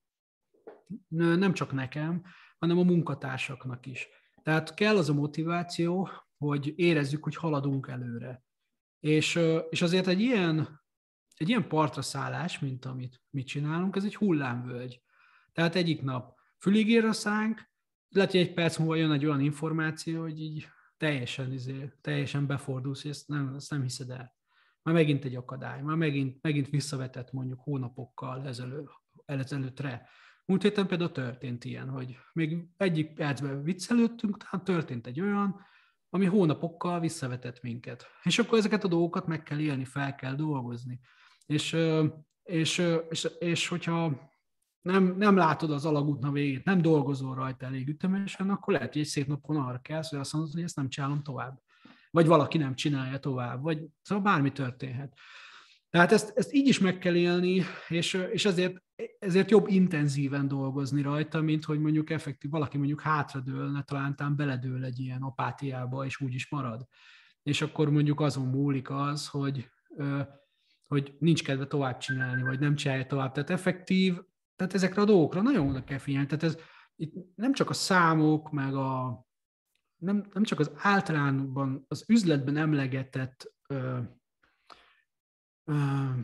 [SPEAKER 2] Nem csak nekem, hanem a munkatársaknak is. Tehát kell az a motiváció, hogy érezzük, hogy haladunk előre. És, uh, és azért egy ilyen, egy ilyen partra szállás, mint amit mi csinálunk, ez egy hullámvölgy. Tehát egyik nap fülig ér a szánk, lehet, hogy egy perc múlva jön egy olyan információ, hogy így teljesen, izé, teljesen befordulsz, és ezt nem, ezt nem hiszed el. már megint egy akadály, már megint, megint visszavetett mondjuk hónapokkal ezelő, ezelőttre. Múlt héten például történt ilyen, hogy még egyik percben viccelődtünk, tehát történt egy olyan, ami hónapokkal visszavetett minket. És akkor ezeket a dolgokat meg kell élni, fel kell dolgozni. És, és, és, és hogyha nem, nem látod az alagútna végét, nem dolgozol rajta elég ütemesen, akkor lehet, hogy egy szép napon arra kelsz, hogy azt mondod, hogy ezt nem csinálom tovább. Vagy valaki nem csinálja tovább, vagy szóval bármi történhet. Tehát ezt, ezt így is meg kell élni, és, és ezért, ezért jobb intenzíven dolgozni rajta, mint hogy mondjuk effektív valaki mondjuk hátradőlne, talán beledől egy ilyen apátiába, és úgy is marad. És akkor mondjuk azon múlik az, hogy, hogy nincs kedve tovább csinálni, vagy nem csinálja tovább. Tehát effektív, tehát ezekre a dolgokra nagyon oda kell figyelni. Tehát ez itt nem csak a számok, meg a nem, nem csak az általánban, az üzletben emlegetett ö, ö,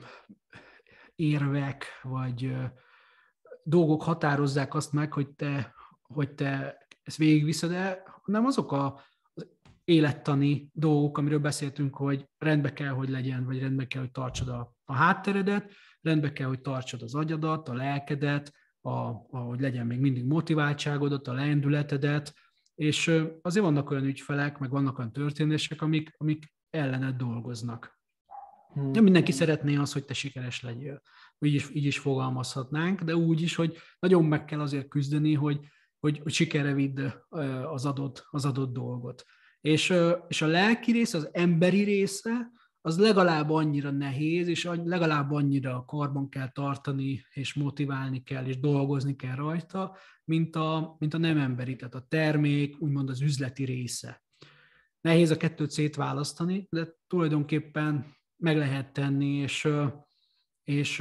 [SPEAKER 2] érvek, vagy ö, dolgok határozzák azt meg, hogy te, hogy te ezt végigviszed el, hanem azok a, az élettani dolgok, amiről beszéltünk, hogy rendbe kell, hogy legyen, vagy rendbe kell, hogy tartsad a, a hátteredet, rendbe kell, hogy tartsad az agyadat, a lelkedet, a, a, hogy legyen még mindig motiváltságodat, a lendületedet, és azért vannak olyan ügyfelek, meg vannak olyan történések, amik, amik ellened dolgoznak. Hmm. Nem mindenki szeretné azt, hogy te sikeres legyél. Így is, így is fogalmazhatnánk, de úgy is, hogy nagyon meg kell azért küzdeni, hogy, hogy, hogy sikerre vidd az adott, az adott dolgot. És, és a lelki része, az emberi része, az legalább annyira nehéz, és legalább annyira karban kell tartani, és motiválni kell, és dolgozni kell rajta, mint a, mint a nem emberi, tehát a termék, úgymond az üzleti része. Nehéz a kettőt szétválasztani, de tulajdonképpen meg lehet tenni, és, és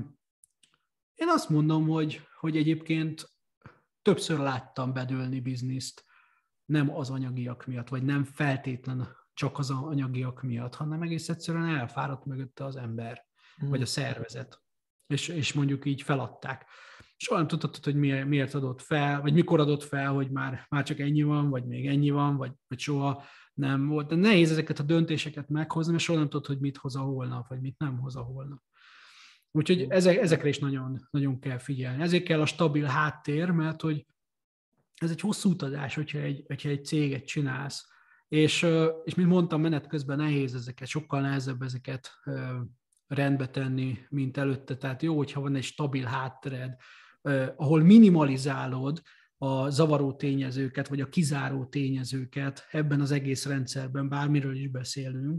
[SPEAKER 2] én azt mondom, hogy, hogy egyébként többször láttam bedőlni bizniszt, nem az anyagiak miatt, vagy nem feltétlen csak az anyagiak miatt, hanem egész egyszerűen elfáradt mögötte az ember, mm. vagy a szervezet, és, és mondjuk így feladták. Soha nem tudtad, hogy miért adott fel, vagy mikor adott fel, hogy már, már csak ennyi van, vagy még ennyi van, vagy, vagy soha nem volt. De nehéz ezeket a döntéseket meghozni, mert soha nem tudod, hogy mit hoz a holnap, vagy mit nem hoz a holnap. Úgyhogy ezek, ezekre is nagyon, nagyon kell figyelni. Ezért kell a stabil háttér, mert hogy ez egy hosszú utazás, hogyha egy, hogyha egy céget csinálsz. És, és mint mondtam, menet közben nehéz ezeket, sokkal nehezebb ezeket rendbe tenni, mint előtte. Tehát jó, hogyha van egy stabil háttered, ahol minimalizálod a zavaró tényezőket, vagy a kizáró tényezőket ebben az egész rendszerben, bármiről is beszélünk.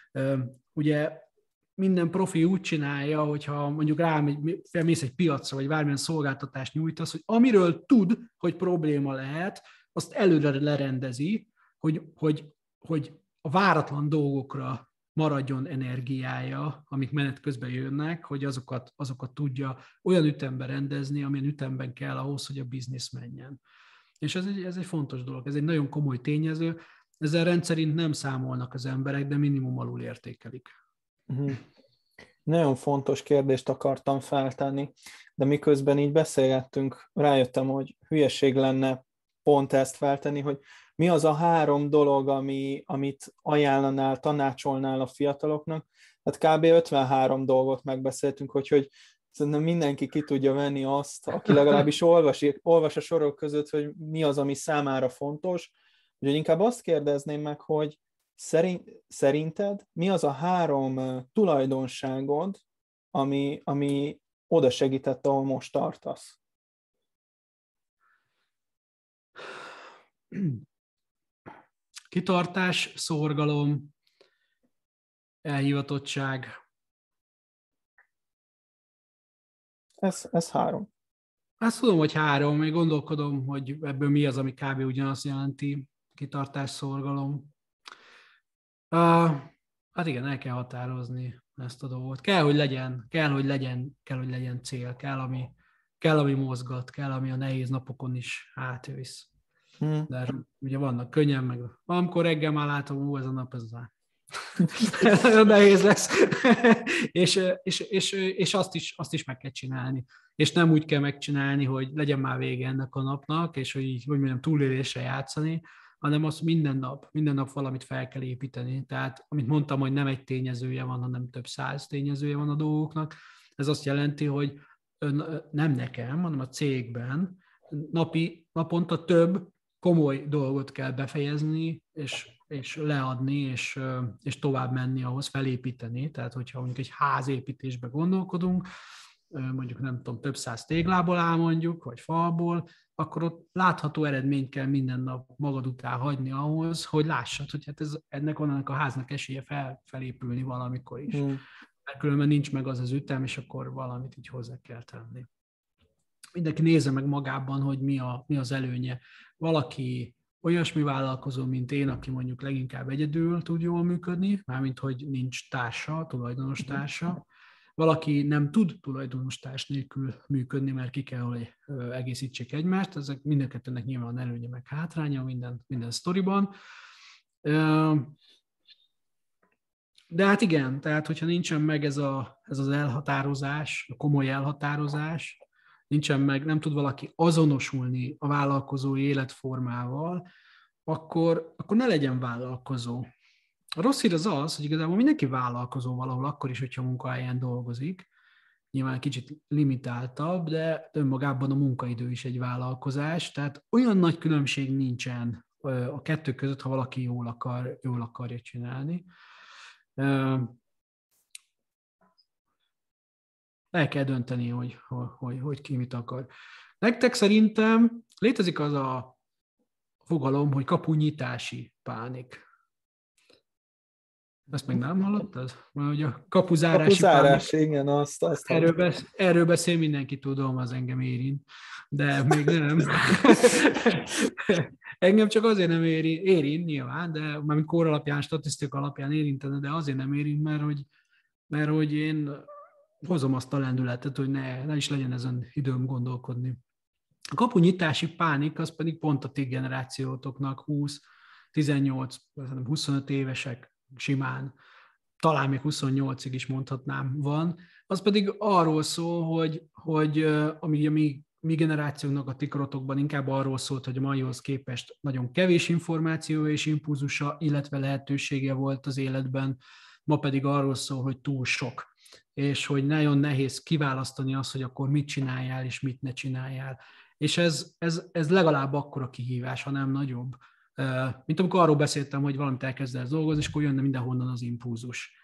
[SPEAKER 2] Ugye minden profi úgy csinálja, hogyha mondjuk rám felmész egy piacra, vagy bármilyen szolgáltatást nyújtasz, hogy amiről tud, hogy probléma lehet, azt előre lerendezi, hogy, hogy, hogy a váratlan dolgokra maradjon energiája, amik menet közben jönnek, hogy azokat, azokat tudja olyan ütemben rendezni, amilyen ütemben kell ahhoz, hogy a biznisz menjen. És ez egy, ez egy fontos dolog, ez egy nagyon komoly tényező. Ezzel rendszerint nem számolnak az emberek, de minimum alul értékelik.
[SPEAKER 1] Uh-huh. Nagyon fontos kérdést akartam feltenni, de miközben így beszélgettünk, rájöttem, hogy hülyeség lenne pont ezt feltenni, hogy mi az a három dolog, ami, amit ajánlanál, tanácsolnál a fiataloknak. Hát kb. ötvenhárom dolgot megbeszéltünk, hogy, hogy szerintem mindenki ki tudja venni azt, aki legalábbis olvas, olvas a sorok között, hogy mi az, ami számára fontos. Úgyhogy inkább azt kérdezném meg, hogy szerinted mi az a három tulajdonságod, ami, ami oda segített, ahol most tartasz?
[SPEAKER 2] Kitartás, szorgalom, elhivatottság.
[SPEAKER 1] Ez, ez három.
[SPEAKER 2] Azt tudom, hogy három, még gondolkodom, hogy ebből mi az, ami kb. Ugyanazt jelenti, kitartás, szorgalom. Uh, hát igen, el kell határozni ezt a dolgot. Kell, hogy legyen, kell, hogy legyen, kell, hogy legyen cél, kell, ami, kell, ami mozgat, kell, ami a nehéz napokon is átvisz. Hmm. De ugye vannak könnyen, meg amikor reggel már látom, ó, ez a nap, ez az nagyon nehéz lesz. és, és, és, és azt, is, azt is meg kell csinálni. És nem úgy kell megcsinálni, hogy legyen már vége ennek a napnak, és hogy így, hogy mondjam, túlélésre játszani, hanem az minden nap, minden nap valamit fel kell építeni. Tehát, amit mondtam, hogy nem egy tényezője van, hanem több száz tényezője van a dolgoknak, ez azt jelenti, hogy nem nekem, hanem a cégben napi, naponta több komoly dolgot kell befejezni, és, és leadni, és, és tovább menni ahhoz, felépíteni. Tehát, hogyha mondjuk egy házépítésbe gondolkodunk, mondjuk nem tudom, több száz téglából áll mondjuk, vagy falból, akkor ott látható eredményt kell minden nap magad után hagyni ahhoz, hogy lássad, hogy hát ez, ennek onnan a háznak esélye fel, felépülni valamikor is. Mm. Mert különben nincs meg az az ütem, és akkor valamit így hozzá kell tenni. Mindenki nézze meg magában, hogy mi, a, mi az előnye. Valaki olyasmi vállalkozó, mint én, aki mondjuk leginkább egyedül tud jól működni, mármint hogy nincs társa, tulajdonos társa. Valaki nem tud tulajdonos társ nélkül működni, mert ki kell, hogy egészítsék egymást. Ezek minden kettőnek nyilván előnye meg hátránya minden, minden sztoriban. De hát igen, tehát hogyha nincsen meg ez, a, ez az elhatározás, a komoly elhatározás, nincsen meg, nem tud valaki azonosulni a vállalkozói életformával, akkor, akkor ne legyen vállalkozó. A rossz hír az az, hogy igazából mindenki vállalkozó valahol, akkor is, hogyha munkahelyen dolgozik. Nyilván kicsit limitáltabb, de önmagában a munkaidő is egy vállalkozás, tehát olyan nagy különbség nincsen a kettő között, ha valaki jól, akar, jól akarja csinálni. El kell dönteni, hogy, hogy, hogy ki mit akar. Nektek szerintem létezik az a fogalom, hogy kapunyitási pánik. Ezt még nem hallottad? Hogy a kapuzárási
[SPEAKER 1] Kapuzárás,
[SPEAKER 2] pánik.
[SPEAKER 1] igen, azt, azt
[SPEAKER 2] erről, besz, erről beszél mindenki, tudom, az engem érint, de még nem. Engem csak azért nem érint, érint nyilván, de mármint kor alapján, statisztika alapján érintene, de azért nem érint, mert hogy, mert hogy én hozom azt a lendületet, hogy ne, ne is legyen ezen időm gondolkodni. A kapunyitási pánik az pedig pont a ti generációtoknak húsz, tizennyolc, huszonöt évesek simán, talán még huszonnyolcig is mondhatnám van, az pedig arról szól, hogy, hogy ami a mi, mi generációnknak a tikrotokban inkább arról szólt, hogy a maihoz képest nagyon kevés információ és impulzusa, illetve lehetősége volt az életben, ma pedig arról szól, hogy túl sok, és hogy nagyon nehéz kiválasztani azt, hogy akkor mit csináljál és mit ne csináljál. És ez, ez, ez legalább akkora kihívás, ha nem nagyobb. Mint amikor arról beszéltem, hogy valamit elkezdesz dolgozni, és akkor jönne mindenhonnan az impulzus.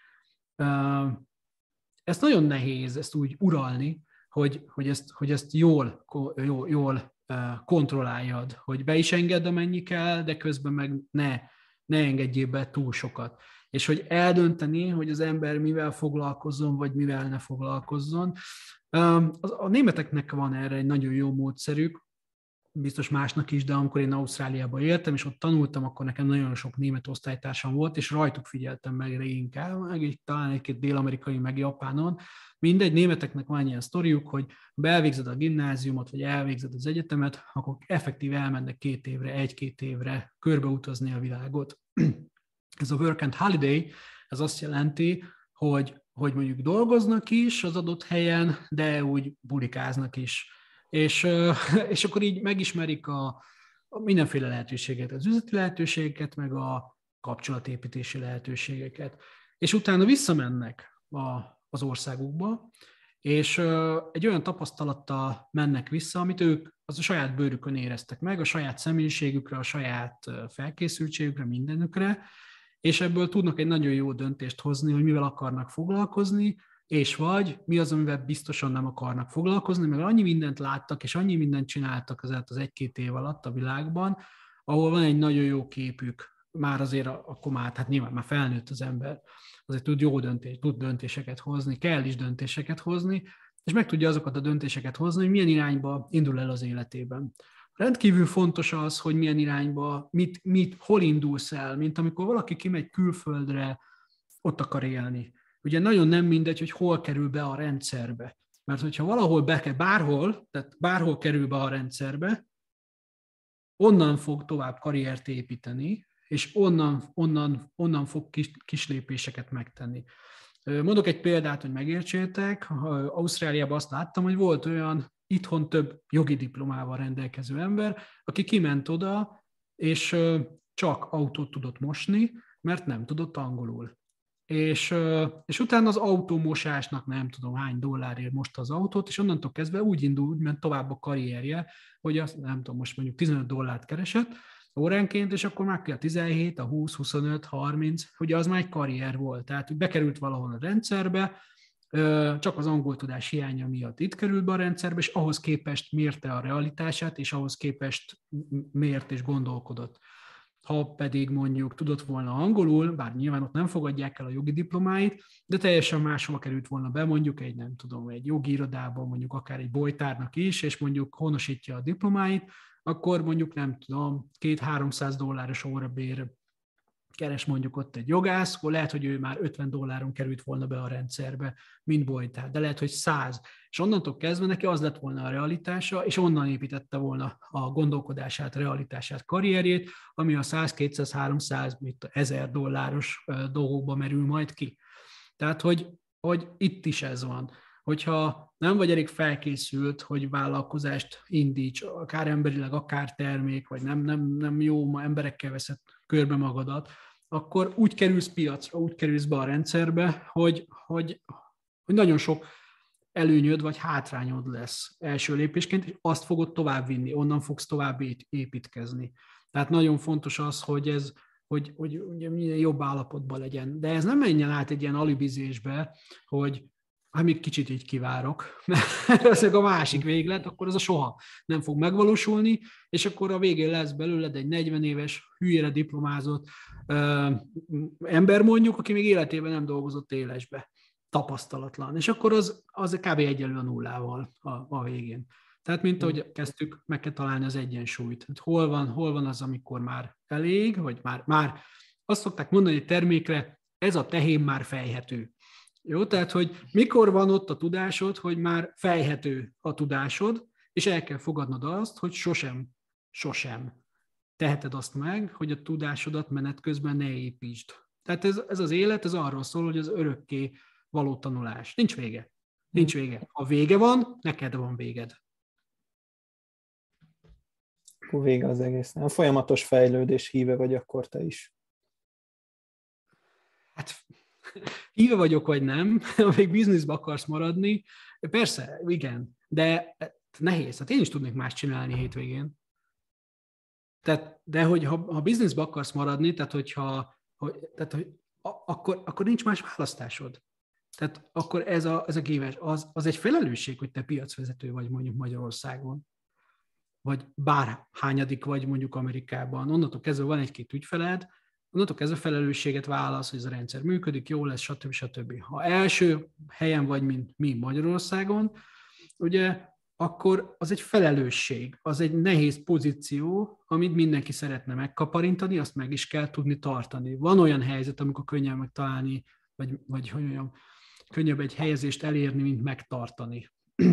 [SPEAKER 2] Ezt nagyon nehéz, ezt úgy uralni, hogy, hogy, ezt, hogy ezt jól, jól, jól kontrolláljad, hogy be is engedd, amennyi kell, de közben meg ne, ne engedjél be túl sokat. És hogy eldönteni, hogy az ember mivel foglalkozzon, vagy mivel ne foglalkozzon. A németeknek van erre egy nagyon jó módszerük, biztos másnak is, de amikor én Ausztráliában éltem, és ott tanultam, akkor nekem nagyon sok német osztálytársam volt, és rajtuk figyeltem meg leginkább, meg egy, talán egy-két dél-amerikai, meg japánon. Mindegy, németeknek van ilyen sztoriuk, hogy ha elvégzed a gimnáziumot, vagy elvégzed az egyetemet, akkor effektív elmennek két évre, egy-két évre körbeutazni a világot. Ez a work and holiday, ez azt jelenti, hogy, hogy mondjuk dolgoznak is az adott helyen, de úgy bulikáznak is. És, és akkor így megismerik a, a mindenféle lehetőséget, az üzleti lehetőségeket, meg a kapcsolatépítési lehetőségeket. És utána visszamennek a, az országukba, és egy olyan tapasztalattal mennek vissza, amit ők az a saját bőrükön éreztek meg, a saját személyiségükre, a saját felkészültségükre, mindenükre, és ebből tudnak egy nagyon jó döntést hozni, hogy mivel akarnak foglalkozni, és vagy mi az, amivel biztosan nem akarnak foglalkozni, mert annyi mindent láttak, és annyi mindent csináltak azért az egy-két év alatt a világban, ahol van egy nagyon jó képük, már azért akkor már, hát nyilván már felnőtt az ember, azért tud jó döntés, tud döntéseket hozni, kell is döntéseket hozni, és meg tudja azokat a döntéseket hozni, hogy milyen irányba indul el az életében. Rendkívül fontos az, hogy milyen irányba, mit, mit, hol indulsz el, mint amikor valaki kimegy külföldre, ott akar élni. Ugye nagyon nem mindegy, hogy hol kerül be a rendszerbe. Mert hogyha valahol be kell, bárhol, tehát bárhol kerül be a rendszerbe, onnan fog tovább karriert építeni, és onnan, onnan, onnan fog kis, kis lépéseket megtenni. Mondok egy példát, hogy megértsétek. Ausztráliában azt láttam, hogy volt olyan itthon több jogi diplomával rendelkező ember, aki kiment oda, és csak autót tudott mosni, mert nem tudott angolul. És, és utána az autómosásnak nem tudom hány dollárért mosta az autót, és onnantól kezdve úgy indul, úgy ment tovább a karrierje, hogy azt nem tudom, most mondjuk tizenöt dollárt keresett óránként, és akkor már ki a tizenhét, a húsz, huszonöt, harminc, hogy az már egy karrier volt. Tehát bekerült valahol a rendszerbe, csak az angol tudás hiánya miatt itt került be a rendszerbe, és ahhoz képest mérte a realitását, és ahhoz képest mért és gondolkodott. Ha pedig mondjuk tudott volna angolul, bár nyilván ott nem fogadják el a jogi diplomáit, de teljesen máshova került volna be, mondjuk egy, nem tudom, egy jogi irodában, mondjuk akár egy bolytárnak is, és mondjuk honosítja a diplomáit, akkor mondjuk nem tudom, két-háromszáz dolláros órabér keres mondjuk ott egy jogász, akkor lehet, hogy ő már ötven dolláron került volna be a rendszerbe, mint bolytár, de lehet, hogy száz. És onnantól kezdve neki az lett volna a realitása, és onnan építette volna a gondolkodását, realitását, karrierjét, ami a száz, kétszáz, háromszáz, mint ezer dolláros dolgokba merül majd ki. Tehát, hogy, hogy itt is ez van. Hogyha nem vagy elég felkészült, hogy vállalkozást indíts, akár emberileg, akár termék, vagy nem, nem, nem jó, ma emberekkel veszed körbe magadat, akkor úgy kerülsz piacra, úgy kerülsz be a rendszerbe, hogy, hogy, hogy nagyon sok előnyöd vagy hátrányod lesz első lépésként, és azt fogod továbbvinni, onnan fogsz tovább építkezni. Tehát nagyon fontos az, hogy ez hogy, hogy minél jobb állapotban legyen. De ez nem menjen át egy ilyen alibizésbe, hogy ha még kicsit így kivárok, mert ez a másik véglet, akkor az a soha nem fog megvalósulni, és akkor a végén lesz belőled egy negyven éves, hülyére diplomázott ö, ember mondjuk, aki még életében nem dolgozott élesbe, tapasztalatlan, és akkor az, az kb. Egyenlő a nullával a, a végén. Tehát, mint ahogy kezdtük, meg kell találni az egyensúlyt. Hát hol van, hol van az, amikor már elég, vagy már, már azt szokták mondani egy termékre, ez a tehén már fejhető. Jó, tehát, hogy mikor van ott a tudásod, hogy már fejhető a tudásod, és el kell fogadnod azt, hogy sosem, sosem teheted azt meg, hogy a tudásodat menet közben ne építsd. Tehát ez, ez az élet, ez arról szól, hogy az örökké való tanulás. Nincs vége. Nincs vége. Ha vége van, neked van véged.
[SPEAKER 1] Akkor vége az egész. A folyamatos fejlődés híve vagy akkor te is.
[SPEAKER 2] Hát híve vagyok, vagy nem, ha még bizniszbe akarsz maradni, persze, igen, de nehéz. Hát én is tudnék más csinálni hétvégén. Tehát, de hogy ha, ha bizniszbe akarsz maradni, tehát hogyha, hogy, tehát, hogy akkor, akkor nincs más választásod. Tehát akkor ez a, ez a kívás, az, az egy felelősség, hogy te piacvezető vagy mondjuk Magyarországon, vagy bárhányadik vagy mondjuk Amerikában. Onnantól kezdve van egy-két ügyfeled, onnantól kezdve felelősséget válasz, hogy ez a rendszer működik, jó lesz, stb. stb. Ha első helyen vagy, mint mi Magyarországon, ugye, akkor az egy felelősség, az egy nehéz pozíció, amit mindenki szeretne megkaparintani, azt meg is kell tudni tartani. Van olyan helyzet, amikor könnyebb megtalálni, vagy, vagy hogy mondjam, könnyebb egy helyezést elérni, mint megtartani.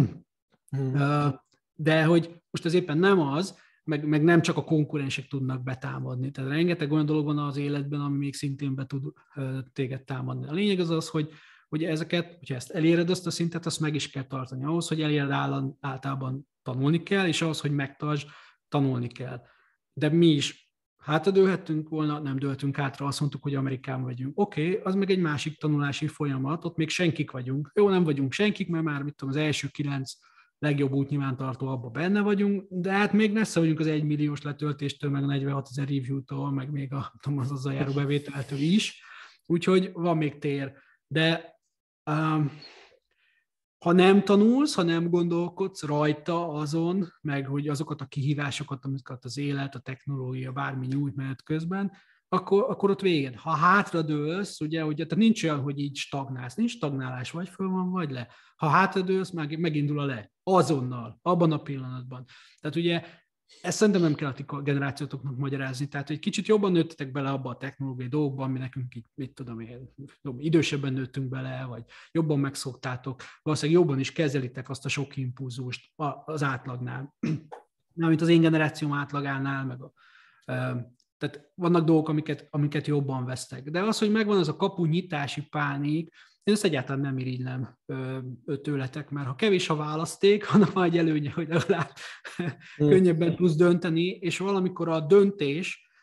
[SPEAKER 2] Hmm. De hogy most ez éppen nem az, meg, meg nem csak a konkurensek tudnak betámadni. Tehát rengeteg olyan dolog van az életben, ami még szintén be tud téged támadni. A lényeg az az, hogy, hogy ezeket, hogyha ezt eléred azt a szintet, azt meg is kell tartani. Ahhoz, hogy eléred általában tanulni kell, és ahhoz, hogy megtartsd, tanulni kell. De mi is hátradőlhettünk volna, nem dőltünk hátra, azt mondtuk, hogy Amerikában vagyunk. Oké, okay, az meg egy másik tanulási folyamat, ott még senkik vagyunk. Jó, nem vagyunk senkik, mert már mit tudom, az első kilenc legjobb útnyilvántartó, abban benne vagyunk, de hát még messze vagyunk az egymilliós letöltéstől, meg a negyvenhatezer review-tól, meg még a, az azzal járó bevételtől is. Úgyhogy van még tér. De um, ha nem tanulsz, ha nem gondolkodsz rajta azon, meg hogy azokat a kihívásokat, amiket az élet, a technológia, bármi nyújt menet közben, akkor, akkor ott véged. Ha hátradőlsz, ugye, ugye, tehát nincs olyan, hogy így stagnálsz, nincs stagnálás, vagy föl van, vagy le. Ha hátradőlsz, meg, megindul a le. Azonnal, abban a pillanatban. Tehát ugye ezt szerintem nem kell a ti generációtoknak magyarázni, tehát hogy kicsit jobban nőttetek bele abba a technológiai dolgokban, ami nekünk így, mit tudom én, idősebben nőttünk bele, vagy jobban megszoktátok, valószínűleg jobban is kezelitek azt a sok impulzust az átlagnál. Nem, mint az én generációm átlagánál, meg a, tehát vannak dolgok, amiket, amiket jobban vesztek. De az, hogy megvan az a kapunyitási pánik, én ezt egyáltalán nem irigylem tőletek, mert ha kevés a választék, annak van egy előnye, hogy legalább könnyebben tudsz dönteni, és valamikor a döntés,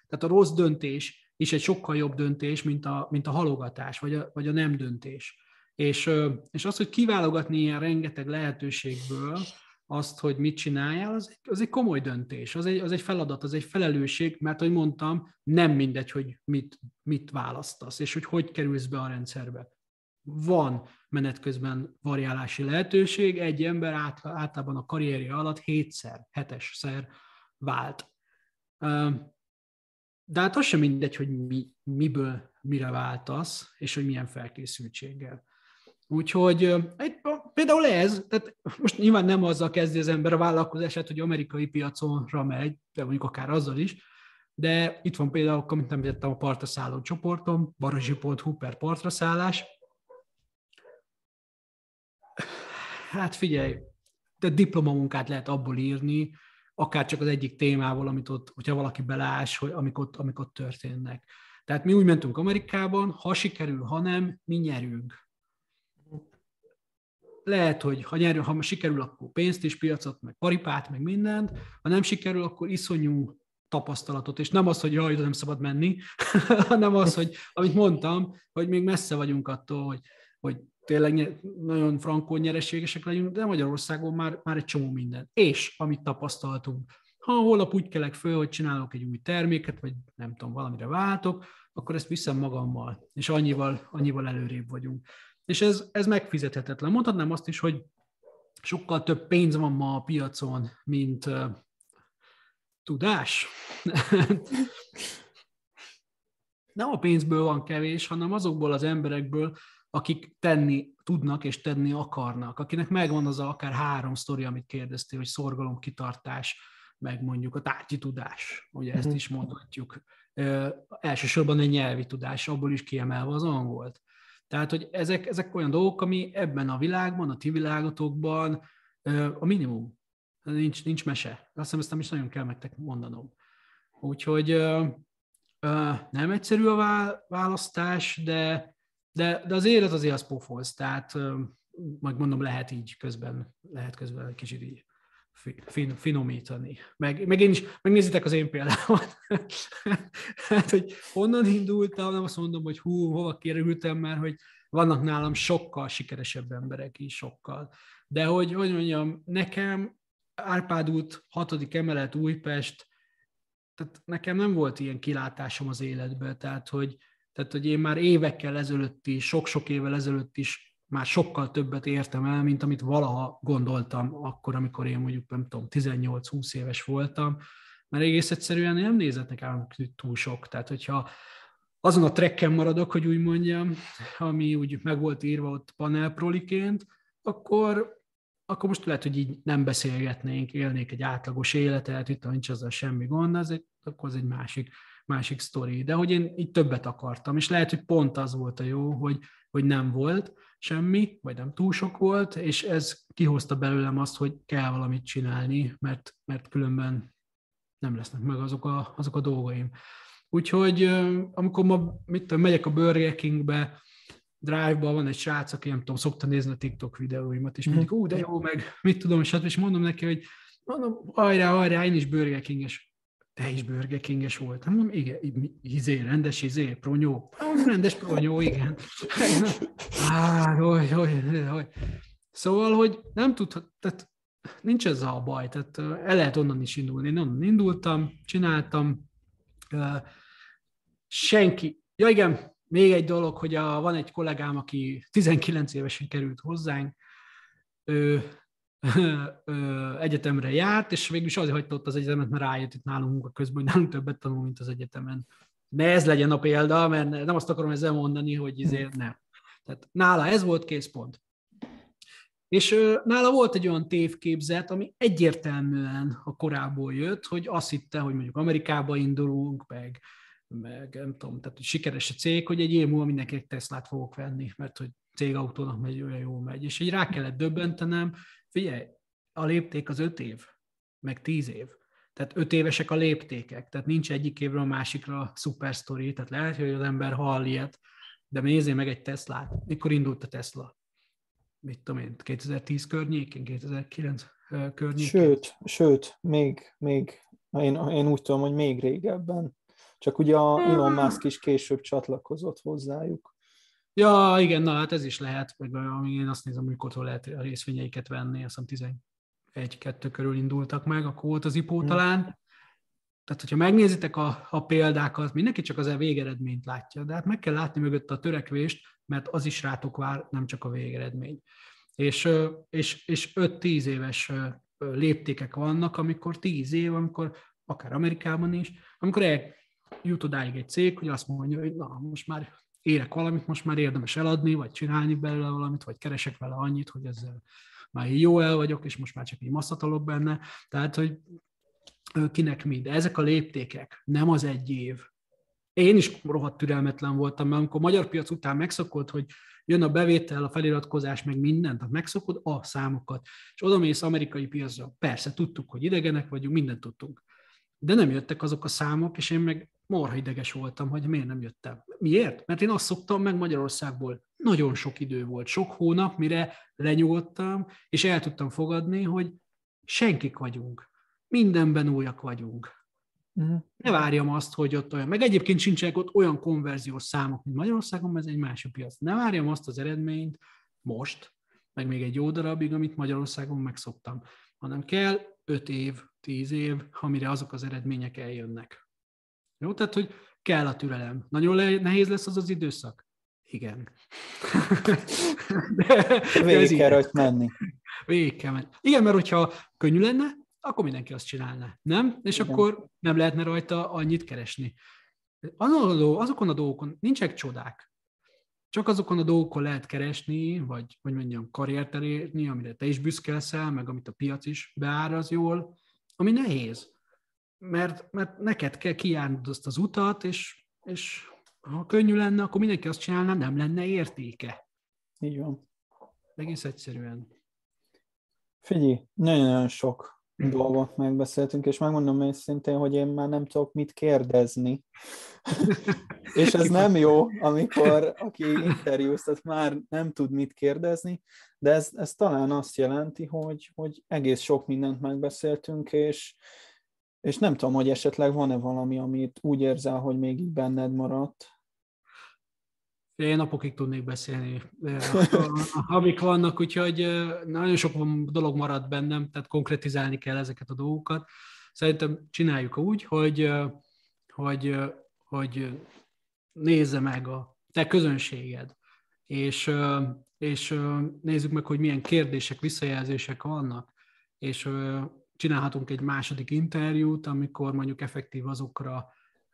[SPEAKER 2] Tehát a rossz döntés is egy sokkal jobb döntés, mint a, mint a halogatás, vagy a, vagy a nem döntés. És, és az, hogy kiválogatni ilyen rengeteg lehetőségből azt, hogy mit csináljál, az, az egy komoly döntés, az egy, az egy feladat, az egy felelősség, mert, ahogy mondtam, nem mindegy, hogy mit, mit választasz, és hogy hogy kerülsz be a rendszerbe. Van menet közben variálási lehetőség, egy ember át, általában a karrierje alatt hétszer, hetesszer vált. De hát az sem mindegy, hogy mi, miből mire váltasz, és hogy milyen felkészültséggel. Úgyhogy egy, például ez, tehát most nyilván nem azzal kezdi az ember a vállalkozását, hogy amerikai piaconra megy, de mondjuk akár azzal is, de itt van például, amit említettem, a partra szálló csoportom, barazsi pont hu per partra szállás. Hát figyelj, de diplomamunkát lehet abból írni, akár csak az egyik témából, amit ott, hogyha valaki beleás, hogy amik ott, amik ott történnek. Tehát mi úgy mentünk Amerikában, ha sikerül, ha nem, mi nyerünk. Lehet, hogy ha, nyerül, ha sikerül, akkor pénzt is, piacot, meg paripát, meg mindent, ha nem sikerül, akkor iszonyú tapasztalatot, és nem az, hogy jaj, nem szabad menni, hanem az, hogy amit mondtam, hogy még messze vagyunk attól, hogy, hogy tényleg nagyon frankó nyereségesek legyünk, de Magyarországon már, már egy csomó minden. És amit tapasztaltunk, ha a holnap úgy kelek föl, hogy csinálok egy új terméket, vagy nem tudom, valamire váltok, akkor ezt viszem magammal, és annyival, annyival előrébb vagyunk. És ez, ez megfizethetetlen. Mondhatnám azt is, hogy sokkal több pénz van ma a piacon, mint uh, tudás. Nem a pénzből van kevés, hanem azokból az emberekből, akik tenni tudnak és tenni akarnak, akinek megvan az a akár három sztori, amit kérdeztél, hogy szorgalom, kitartás, meg mondjuk a tárgyi tudás, ugye ezt is mondhatjuk. Ö, elsősorban egy nyelvi tudás, abból is kiemelve az angolt. Tehát, hogy ezek, ezek olyan dolgok, ami ebben a világban, a ti világotokban ö, a minimum. Nincs, nincs mese. Azt hiszem, ezt nem is nagyon kell nektek mondanom. Úgyhogy ö, ö, nem egyszerű a választás, de De, de az élet azért az pofolsz, tehát majd mondom, lehet így közben, lehet közben egy kicsit így fin, finomítani. Meg, meg én is, megnézitek az én példámat. Hát, hogy honnan indultam, nem azt mondom, hogy hú, hova kerültem, mert hogy vannak nálam sokkal sikeresebb emberek is, sokkal. De hogy, hogy mondjam, nekem Árpád út, hatodik emelet, Újpest, tehát nekem nem volt ilyen kilátásom az életben, tehát hogy Tehát, hogy én már évekkel ezelőtt is, sok-sok évvel ezelőtt is már sokkal többet értem el, mint amit valaha gondoltam akkor, amikor én mondjuk, nem tudom, tizennyolc-húsz éves voltam, mert egész egyszerűen nem nézett nekem túl sok. Tehát, hogyha azon a trekken maradok, hogy úgy mondjam, ami úgy meg volt írva ott panelproliként, akkor, akkor most lehet, hogy így nem beszélgetnénk, élnék egy átlagos életet, itt nincs azzal semmi gond, az egy, akkor az egy másik másik sztori, de hogy én így többet akartam, és lehet, hogy pont az volt a jó, hogy, hogy nem volt semmi, vagy nem túl sok volt, és ez kihozta belőlem azt, hogy kell valamit csinálni, mert, mert különben nem lesznek meg azok a, azok a dolgaim. Úgyhogy amikor ma mit tudom, megyek a Burger Kingbe, Drive-ba van egy srác, aki nem tudom, szokta nézni a TikTok videóimat, és mindig, ú, de jó, meg mit tudom, és, és mondom neki, hogy mondom, hajrá, hajrá, én is Burger King-es. Te is Burger King-es volt. Mondom, igen, izé, rendes izé, pronyó. Rendes pronyó, igen. Á, hogy, hogy, hogy. Szóval, hogy nem tudhat, tehát nincs ez a baj, tehát el lehet onnan is indulni. Én onnan indultam, csináltam. Senki, ja igen, még egy dolog, hogy a, van egy kollégám, aki tizenkilenc évesen került hozzánk, ő egyetemre járt, és végül is azért hagyta ott az egyetemet, mert rájött itt nálunk munka közben, hogy nálunk többet tanul, mint az egyetemen. Ne ez legyen a példa, mert nem azt akarom ezzel mondani, hogy ezért nem. Tehát nála ez volt, kész pont. És nála volt egy olyan tévképzet, ami egyértelműen a korából jött, hogy azt hitte, hogy mondjuk Amerikába indulunk, meg, meg nem tudom, tehát hogy sikeres a cég, hogy egy év múlva mindenkinek Teslát fogok venni, mert hogy cégautónak megy, olyan jól megy. És így rá kellett döbbentenem, figyelj, a lépték az öt év, meg tíz év. Tehát öt évesek a léptékek, tehát nincs egyik évről a másikra szuper sztori, tehát lehet, hogy az ember hall ilyet, de nézzél meg egy Teslát. Mikor indult a Tesla? Mit tudom én, kétezer-tíz környékén, kétezer-kilenc környékén?
[SPEAKER 1] Sőt, sőt, még, még én, én úgy tudom, hogy még régebben. Csak ugye a Elon Musk is később csatlakozott hozzájuk.
[SPEAKER 2] Ja, igen, na hát ez is lehet, meg amíg én azt nézem, hogy hol lehet a részvényeiket venni, azt hiszem tizenegy-kettő körül indultak meg, akkor volt az i pé o talán. Tehát, hogyha megnézitek a, a példákat, mindenki csak az a végeredményt látja, de hát meg kell látni mögött a törekvést, mert az is rátok vár, nem csak a végeredmény. És, és, és öt-tíz éves léptékek vannak, amikor tíz év, amikor akár Amerikában is, amikor eljut odáig egy cég, hogy azt mondja, hogy na, most már érek valamit, most már érdemes eladni, vagy csinálni belőle valamit, vagy keresek vele annyit, hogy ezzel már jó el vagyok, és most már csak így masszatolok benne. Tehát, hogy kinek mi. De ezek a léptékek, nem az egy év. Én is rohadt türelmetlen voltam, mert amikor a magyar piac után megszokott, hogy jön a bevétel, a feliratkozás, meg mindent, tehát megszokod a számokat. És odamész amerikai piacra. Persze, tudtuk, hogy idegenek vagyunk, mindent tudtunk. De nem jöttek azok a számok, és én meg marha ideges voltam, hogy miért nem jöttem. Miért? Mert én azt szoktam meg Magyarországból. Nagyon sok idő volt, sok hónap, mire lenyugodtam, és el tudtam fogadni, hogy senkik vagyunk. Mindenben újak vagyunk. Uh-huh. Ne várjam azt, hogy ott olyan, meg egyébként sincsenek ott olyan konverziós számok, mint Magyarországon, mert ez egy másik piac. Ne várjam azt az eredményt most, meg még egy jó darabig, amit Magyarországon megszoktam, hanem kell öt év, tíz év, amire azok az eredmények eljönnek. Jó, tehát, hogy kell a türelem. Nagyon le- nehéz lesz az az időszak? Igen.
[SPEAKER 1] de, Végig kell rajta menni.
[SPEAKER 2] Végig kell menni. Igen, mert hogyha könnyű lenne, akkor mindenki azt csinálná, nem? És igen. Akkor nem lehetne rajta annyit keresni. Azokon a dolgokon nincsenek csodák. Csak azokon a dolgokon lehet keresni, vagy, vagy mondjam, karriert elérni, amire te is büszke leszel, meg amit a piac is beáraz jól, ami nehéz. Mert, mert neked kell kijárnod azt az utat, és, és ha könnyű lenne, akkor mindenki azt csinálná, nem lenne értéke.
[SPEAKER 1] Így van.
[SPEAKER 2] Egész egyszerűen.
[SPEAKER 1] Figyelj, nagyon-nagyon sok dolgot megbeszéltünk, és megmondom őszintén, hogy én már nem tudok mit kérdezni. És ez nem jó, amikor aki interjúztat már nem tud mit kérdezni, de ez, ez talán azt jelenti, hogy, hogy egész sok mindent megbeszéltünk, és, és nem tudom, hogy esetleg van-e valami, amit úgy érzel, hogy még így benned maradt.
[SPEAKER 2] Én napokig tudnék beszélni, amik vannak, úgyhogy nagyon sok dolog maradt bennem, tehát konkretizálni kell ezeket a dolgokat. Szerintem csináljuk úgy, hogy, hogy, hogy nézze meg a te közönséged, és, és nézzük meg, hogy milyen kérdések, visszajelzések vannak, és csinálhatunk egy második interjút, amikor mondjuk effektív azokra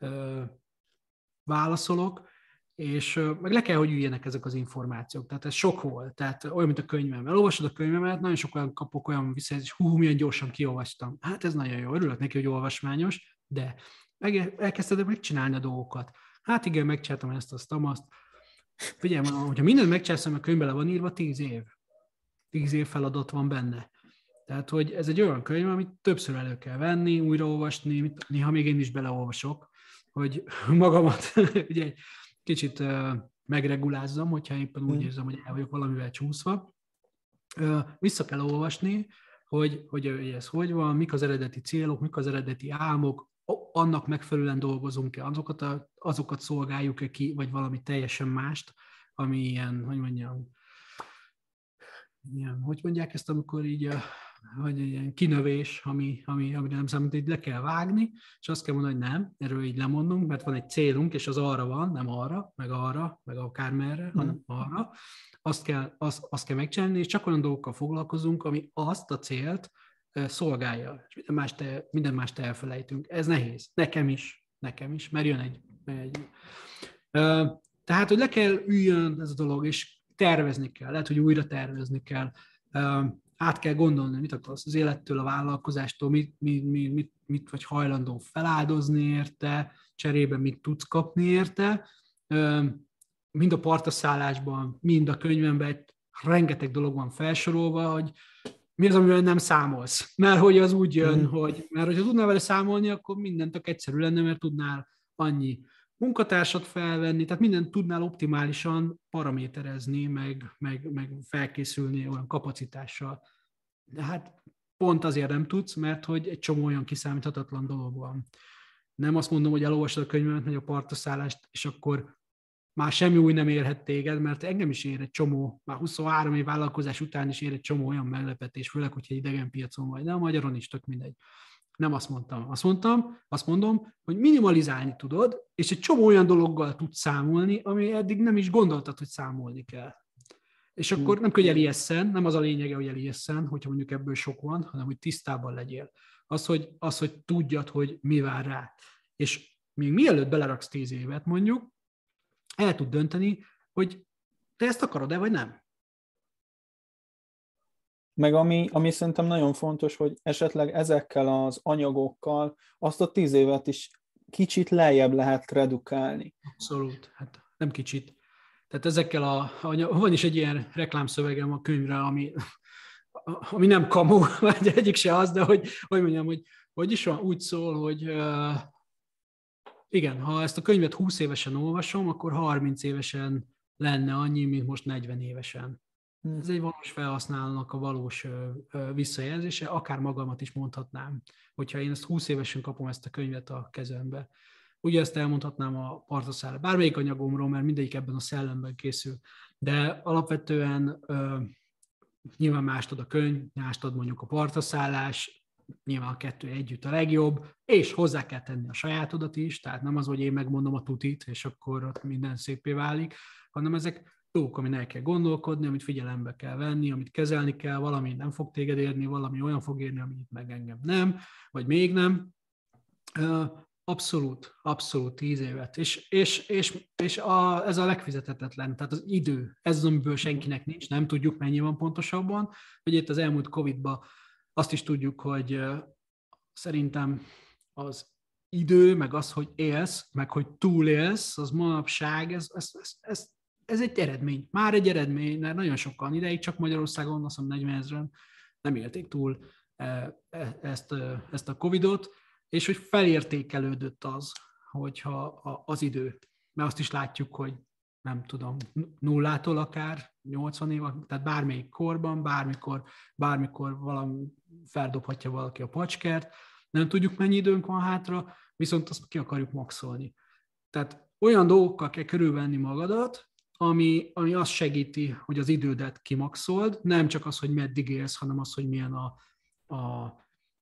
[SPEAKER 2] válaszolok, és meg le kell, hogy üljenek ezek az információk. Tehát ez sok volt. Tehát olyan, mint a könyvem. Elolvasod a könyvemet, nagyon sok olyan kapok olyan visszajelzést, hú, milyen gyorsan kiolvastam. Hát ez nagyon jó, örülök neki, hogy olvasmányos, de meg, elkezdted megcsinálni a dolgokat. Hát igen, megcsináltam ezt, azt, azt. Figyelj, hogyha mindent megcsinálsz, a könyvbe le van írva, tíz év. Tíz év feladat van benne. Tehát, hogy ez egy olyan könyv, amit többször elő kell venni, újraolvasni, néha még én is beleolvasok, hogy magamat ugye kicsit uh, megregulázzam, hogyha éppen úgy érzem, hogy el vagyok valamivel csúszva. Uh, vissza kell olvasni, hogy, hogy ez hogy van, mik az eredeti célok, mik az eredeti álmok, annak megfelelően dolgozunk-e, azokat, a, azokat szolgáljuk-e ki, vagy valami teljesen mást, ami ilyen, hogy mondjam, ilyen, hogy mondják ezt, amikor így a vagy egy ilyen kinövés, ami, ami, amire nem számít, hogy le kell vágni, és azt kell mondani, hogy nem, erről így lemondunk, mert van egy célunk, és az arra van, nem arra, meg arra, meg akármerre, mm. hanem arra. Azt kell, azt, azt kell megcsinálni, és csak olyan dolgokkal foglalkozunk, ami azt a célt uh, szolgálja, és minden mást, el, minden mást elfelejtünk. Ez nehéz. Nekem is. Nekem is, mert jön egy... egy uh, tehát, hogy le kell üljön ez a dolog, és tervezni kell. Lehet, hogy újra tervezni kell. Uh, át kell gondolni, mit akarsz az élettől, a vállalkozástól, mit, mit, mit, mit, mit vagy hajlandó feláldozni érte, cserébe mit tudsz kapni érte. Mind a partaszállásban, mind a könyvemben rengeteg dolog van felsorolva, hogy mi az, amivel nem számolsz. Mert hogy az úgy jön, mm. hogy mert hogyha tudnál vele számolni, akkor minden tök egyszerű lenne, mert tudnál annyi munkatársat felvenni, tehát mindent tudnál optimálisan paraméterezni, meg, meg, meg felkészülni olyan kapacitással. De hát pont azért nem tudsz, mert hogy egy csomó olyan kiszámíthatatlan dolog van. Nem azt mondom, hogy elolvasod a könyvemet, megy a partaszállást, és akkor már semmi új nem érhet téged, mert engem is ér egy csomó, már huszonhárom év vállalkozás után is ér egy csomó olyan meglepetés, főleg, hogyha idegen piacon vagy, de a magyaron is tök mindegy. Nem azt mondtam. Azt mondtam, azt mondom, hogy minimalizálni tudod, és egy csomó olyan dologgal tudsz számolni, ami eddig nem is gondoltad, hogy számolni kell. És akkor nem kell, hogy elijesszen, nem az a lényege, hogy elijesszen, hogyha mondjuk ebből sok van, hanem hogy tisztában legyél. Az, hogy, az, hogy tudjad, hogy mi vár rá. És még mielőtt beleraksz tíz évet mondjuk, el tud dönteni, hogy te ezt akarod-e, vagy nem.
[SPEAKER 1] Meg ami, ami szerintem nagyon fontos, hogy esetleg ezekkel az anyagokkal azt a tíz évet is kicsit lejjebb lehet redukálni.
[SPEAKER 2] Abszolút, hát nem kicsit. Tehát ezekkel a, a van is egy ilyen reklámszövegem a könyvre, ami, ami nem kamu, vagy egyik se az, de hogy, hogy mondjam, hogy, hogy is van, úgy szól, hogy uh, igen, ha ezt a könyvet húsz évesen olvasom, akkor harminc évesen lenne annyi, mint most negyven évesen. Hmm. Ez egy valós felhasználónak a valós uh, uh, visszajelzése, akár magamat is mondhatnám, hogyha én ezt húsz évesen kapom ezt a könyvet a kezembe. Ugye ezt elmondhatnám a partaszállást, bármelyik anyagomról, mert mindegyik ebben a szellemben készül. De alapvetően uh, nyilván mást ad a könyv, mást ad mondjuk a partaszállás, nyilván a kettő együtt a legjobb, és hozzá kell tenni a sajátodat is, tehát nem az, hogy én megmondom a tutit, és akkor ott minden szépé válik, hanem ezek dolgok, amin el kell gondolkodni, amit figyelembe kell venni, amit kezelni kell, valami nem fog téged érni, valami olyan fog érni, amit meg engem nem, vagy még nem. Uh, Abszolút, abszolút tíz évet. És, és, és, és a, ez a legfizethetetlen, tehát az idő, ez az, amiből senkinek nincs, nem tudjuk, mennyi van pontosabban. Ugye itt az elmúlt Covidban azt is tudjuk, hogy uh, szerintem az idő, meg az, hogy élsz, meg hogy túlélsz, az manapság, ez, ez, ez, ez, ez egy eredmény. Már egy eredmény, mert nagyon sokan ideig csak Magyarországon, azt mondom negyvenezren nem élték túl uh, ezt, uh, ezt a Covidot, és hogy felértékelődött az, hogyha az idő. Mert azt is látjuk, hogy nem tudom, nullától akár nyolcvan év, tehát bármelyik korban, bármikor, bármikor valami feldobhatja valaki a pacskert, nem tudjuk, mennyi időnk van hátra, viszont azt ki akarjuk maxolni. Tehát olyan dolgokkal kell körülvenni magadat, ami, ami azt segíti, hogy az idődet kimaxold, nem csak az, hogy meddig élsz, hanem az, hogy milyen a, a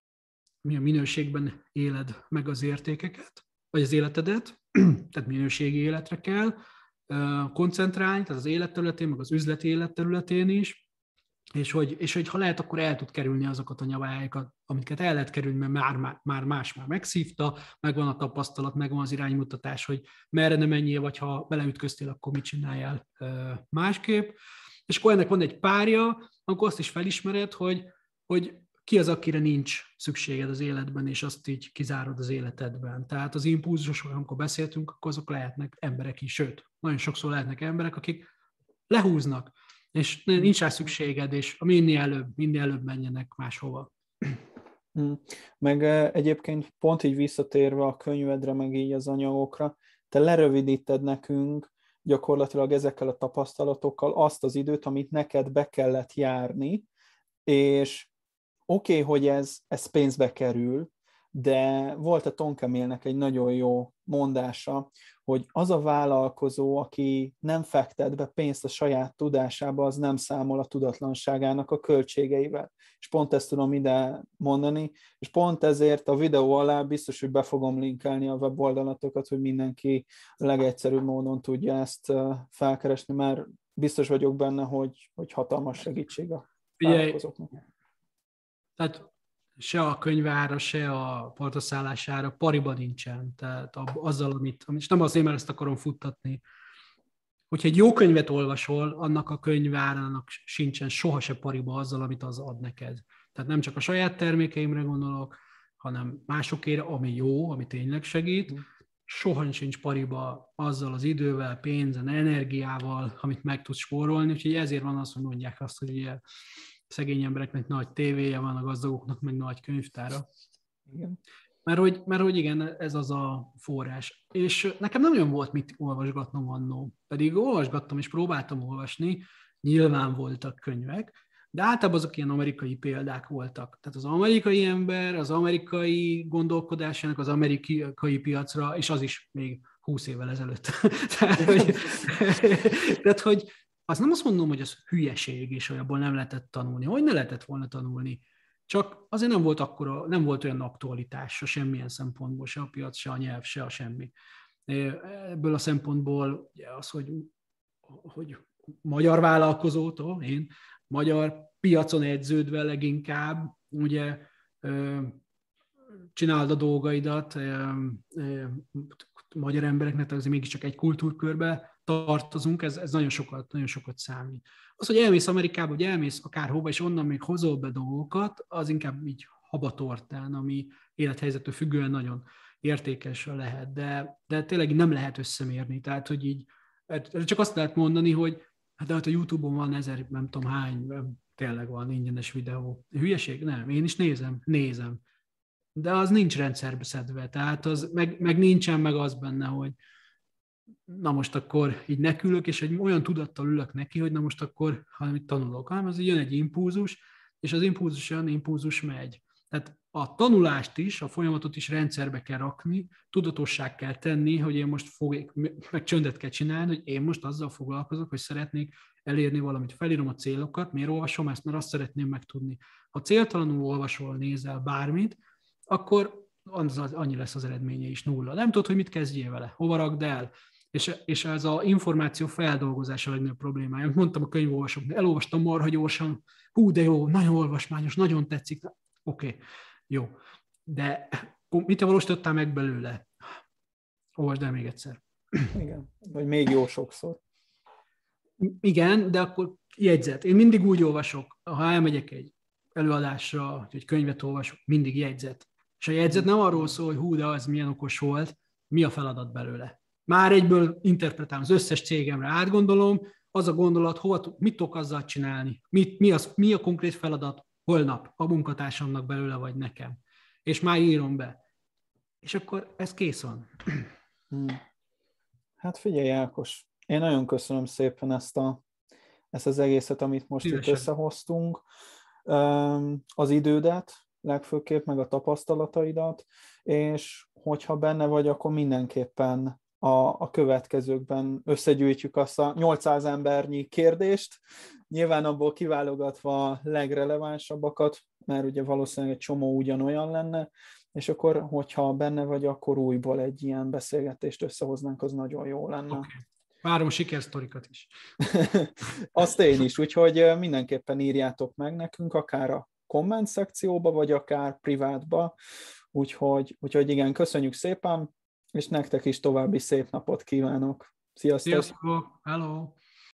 [SPEAKER 2] milyen minőségben éled meg az értékeket, vagy az életedet, tehát minőségi életre kell koncentrálni, tehát az életterületén, meg az üzleti életterületén is, és hogy, és hogy ha lehet, akkor el tud kerülni azokat a nyavályákat, amiket el lehet kerülni, mert már, már, már más már megszívta, megvan a tapasztalat, megvan az iránymutatás, hogy merre ne menjél, vagy ha beleütköztél, akkor mit csináljál másképp. És akkor ennek van egy párja, akkor azt is felismered, hogy, hogy ki az, akire nincs szükséged az életben, és azt így kizárod az életedben. Tehát az impulzusok, amikor beszéltünk, akkor azok lehetnek emberek is, sőt, nagyon sokszor lehetnek emberek, akik lehúznak, és nincs rá szükséged, és minél előbb, minél előbb menjenek máshova.
[SPEAKER 1] Meg egyébként pont így visszatérve a könyvedre, meg így az anyagokra, te lerövidíted nekünk gyakorlatilag ezekkel a tapasztalatokkal azt az időt, amit neked be kellett járni, és oké, okay, hogy ez, ez pénzbe kerül, de volt a Tonkemélnek egy nagyon jó mondása, hogy az a vállalkozó, aki nem fektet be pénzt a saját tudásába, az nem számol a tudatlanságának a költségeivel. És pont ezt tudom ide mondani, és pont ezért a videó alá biztos, hogy be fogom linkelni a weboldalatokat, hogy mindenki a legegyszerűbb módon tudja ezt felkeresni, mert biztos vagyok benne, hogy, hogy hatalmas segítség a vállalkozóknak.
[SPEAKER 2] Tehát se a könyvára, se a partaszállására pariba nincsen. Tehát azzal, amit, és nem azért, mert ezt akarom futtatni, hogyha egy jó könyvet olvasol, annak a könyvárának sincsen soha se pariba azzal, amit az ad neked. Tehát nem csak a saját termékeimre gondolok, hanem másokére, ami jó, ami tényleg segít, soha sincs pariba azzal az idővel, pénzen, energiával, amit meg tudsz spórolni, úgyhogy ezért van az, hogy mondják azt, hogy ugye szegény embereknek nagy tévéje van, a gazdagoknak meg nagy könyvtára. Igen. Mert hogy, mert hogy igen, ez az a forrás. És nekem nem olyan volt mit olvasgatnom annó. Pedig olvasgattam és próbáltam olvasni, nyilván voltak könyvek, De általában azok ilyen amerikai példák voltak. Tehát az amerikai ember, az amerikai gondolkodásának az amerikai piacra, és az is még húsz évvel ezelőtt. tehát, hogy, tehát, hogy azt nem azt mondom, hogy az hülyeség, és hogy abból nem lehetett tanulni. Hogy ne lehetett volna tanulni? Csak azért nem volt akkora, nem volt olyan aktualitása semmilyen szempontból, se a piac, se a nyelv, se a semmi. Ebből a szempontból ugye az, hogy, hogy magyar vállalkozótól, én magyar piacon edződve leginkább, ugye csináld a dolgaidat, magyar embereknek azért mégiscsak egy kultúrkörbe tartozunk, ez, ez nagyon sokat, nagyon sokat számít. Az, hogy elmész Amerikába, vagy elmész akárhova, és onnan még hozol be dolgokat, az inkább így habatortán, ami élethelyzettől függően nagyon értékes lehet, de, de tényleg nem lehet összemérni. Tehát, hogy így, csak azt lehet mondani, hogy hát de hát a YouTube-on van ezer, nem tudom hány, tényleg van ingyenes videó. Hülyeség? Nem, én is nézem, nézem. De az nincs rendszerbe szedve, tehát az, meg, meg nincsen meg az benne, hogy na most akkor így nekülök, és egy olyan tudattal ülök neki, hogy na most akkor, hanem itt tanulok, hanem az jön egy impulzus, és az impulzus jön, impulzus megy. Tehát a tanulást is, a folyamatot is rendszerbe kell rakni, tudatossá kell tenni, hogy én most fogok, meg csöndet kell csinálni, hogy én most azzal foglalkozok, hogy szeretnék elérni valamit. Felírom a célokat, miért olvasom ezt, mert azt szeretném megtudni. Ha céltalanul olvasol, nézel bármit, akkor az, az, annyi lesz az eredménye is, nulla. Nem tudod, hogy mit kezdjél vele, hova rakd el. És, és ez az információ feldolgozása a legnagyobb problémája. Mondtam a könyvolvasóknak, elolvastam marha gyorsan, hú, de jó, nagyon olvasmányos, nagyon tetszik. Oké, okay, jó. De mit valósítottál meg belőle? Olvasd el még egyszer.
[SPEAKER 1] Igen, vagy még jó sokszor.
[SPEAKER 2] Igen, de akkor jegyzet. Én mindig úgy olvasok, ha elmegyek egy előadásra, vagy egy könyvet olvasok, mindig jegyzet. És a jegyzet nem arról szól, hogy hú, de az milyen okos volt, mi a feladat belőle. Már egyből interpretálom, az összes cégemre átgondolom, az a gondolat, hova, mit tudok azzal csinálni, mit, mi, az, mi a konkrét feladat holnap a munkatársamnak belőle, vagy nekem. És már írom be. És akkor ez kész van.
[SPEAKER 1] Hmm. Hát figyelj, Ákos, én nagyon köszönöm szépen ezt, a, ezt az egészet, amit most Szívesen. Itt összehoztunk. Az idődet, legfőképp, meg a tapasztalataidat, és hogyha benne vagy, akkor mindenképpen a, a következőkben összegyűjtjük azt a nyolcszáz embernyi kérdést, nyilván abból kiválogatva a legrelevánsabbakat, mert ugye valószínűleg egy csomó ugyanolyan lenne, és akkor, hogyha benne vagy, akkor újból egy ilyen beszélgetést összehoznánk, az nagyon jó lenne.
[SPEAKER 2] Okay. Várom a sikersztorikat is.
[SPEAKER 1] Azt én is, úgyhogy mindenképpen írjátok meg nekünk, akár a komment szekcióba, vagy akár privátba, úgyhogy, úgyhogy igen, köszönjük szépen, és nektek is további szép napot kívánok. Sziasztok!
[SPEAKER 2] Sziasztok! Hello!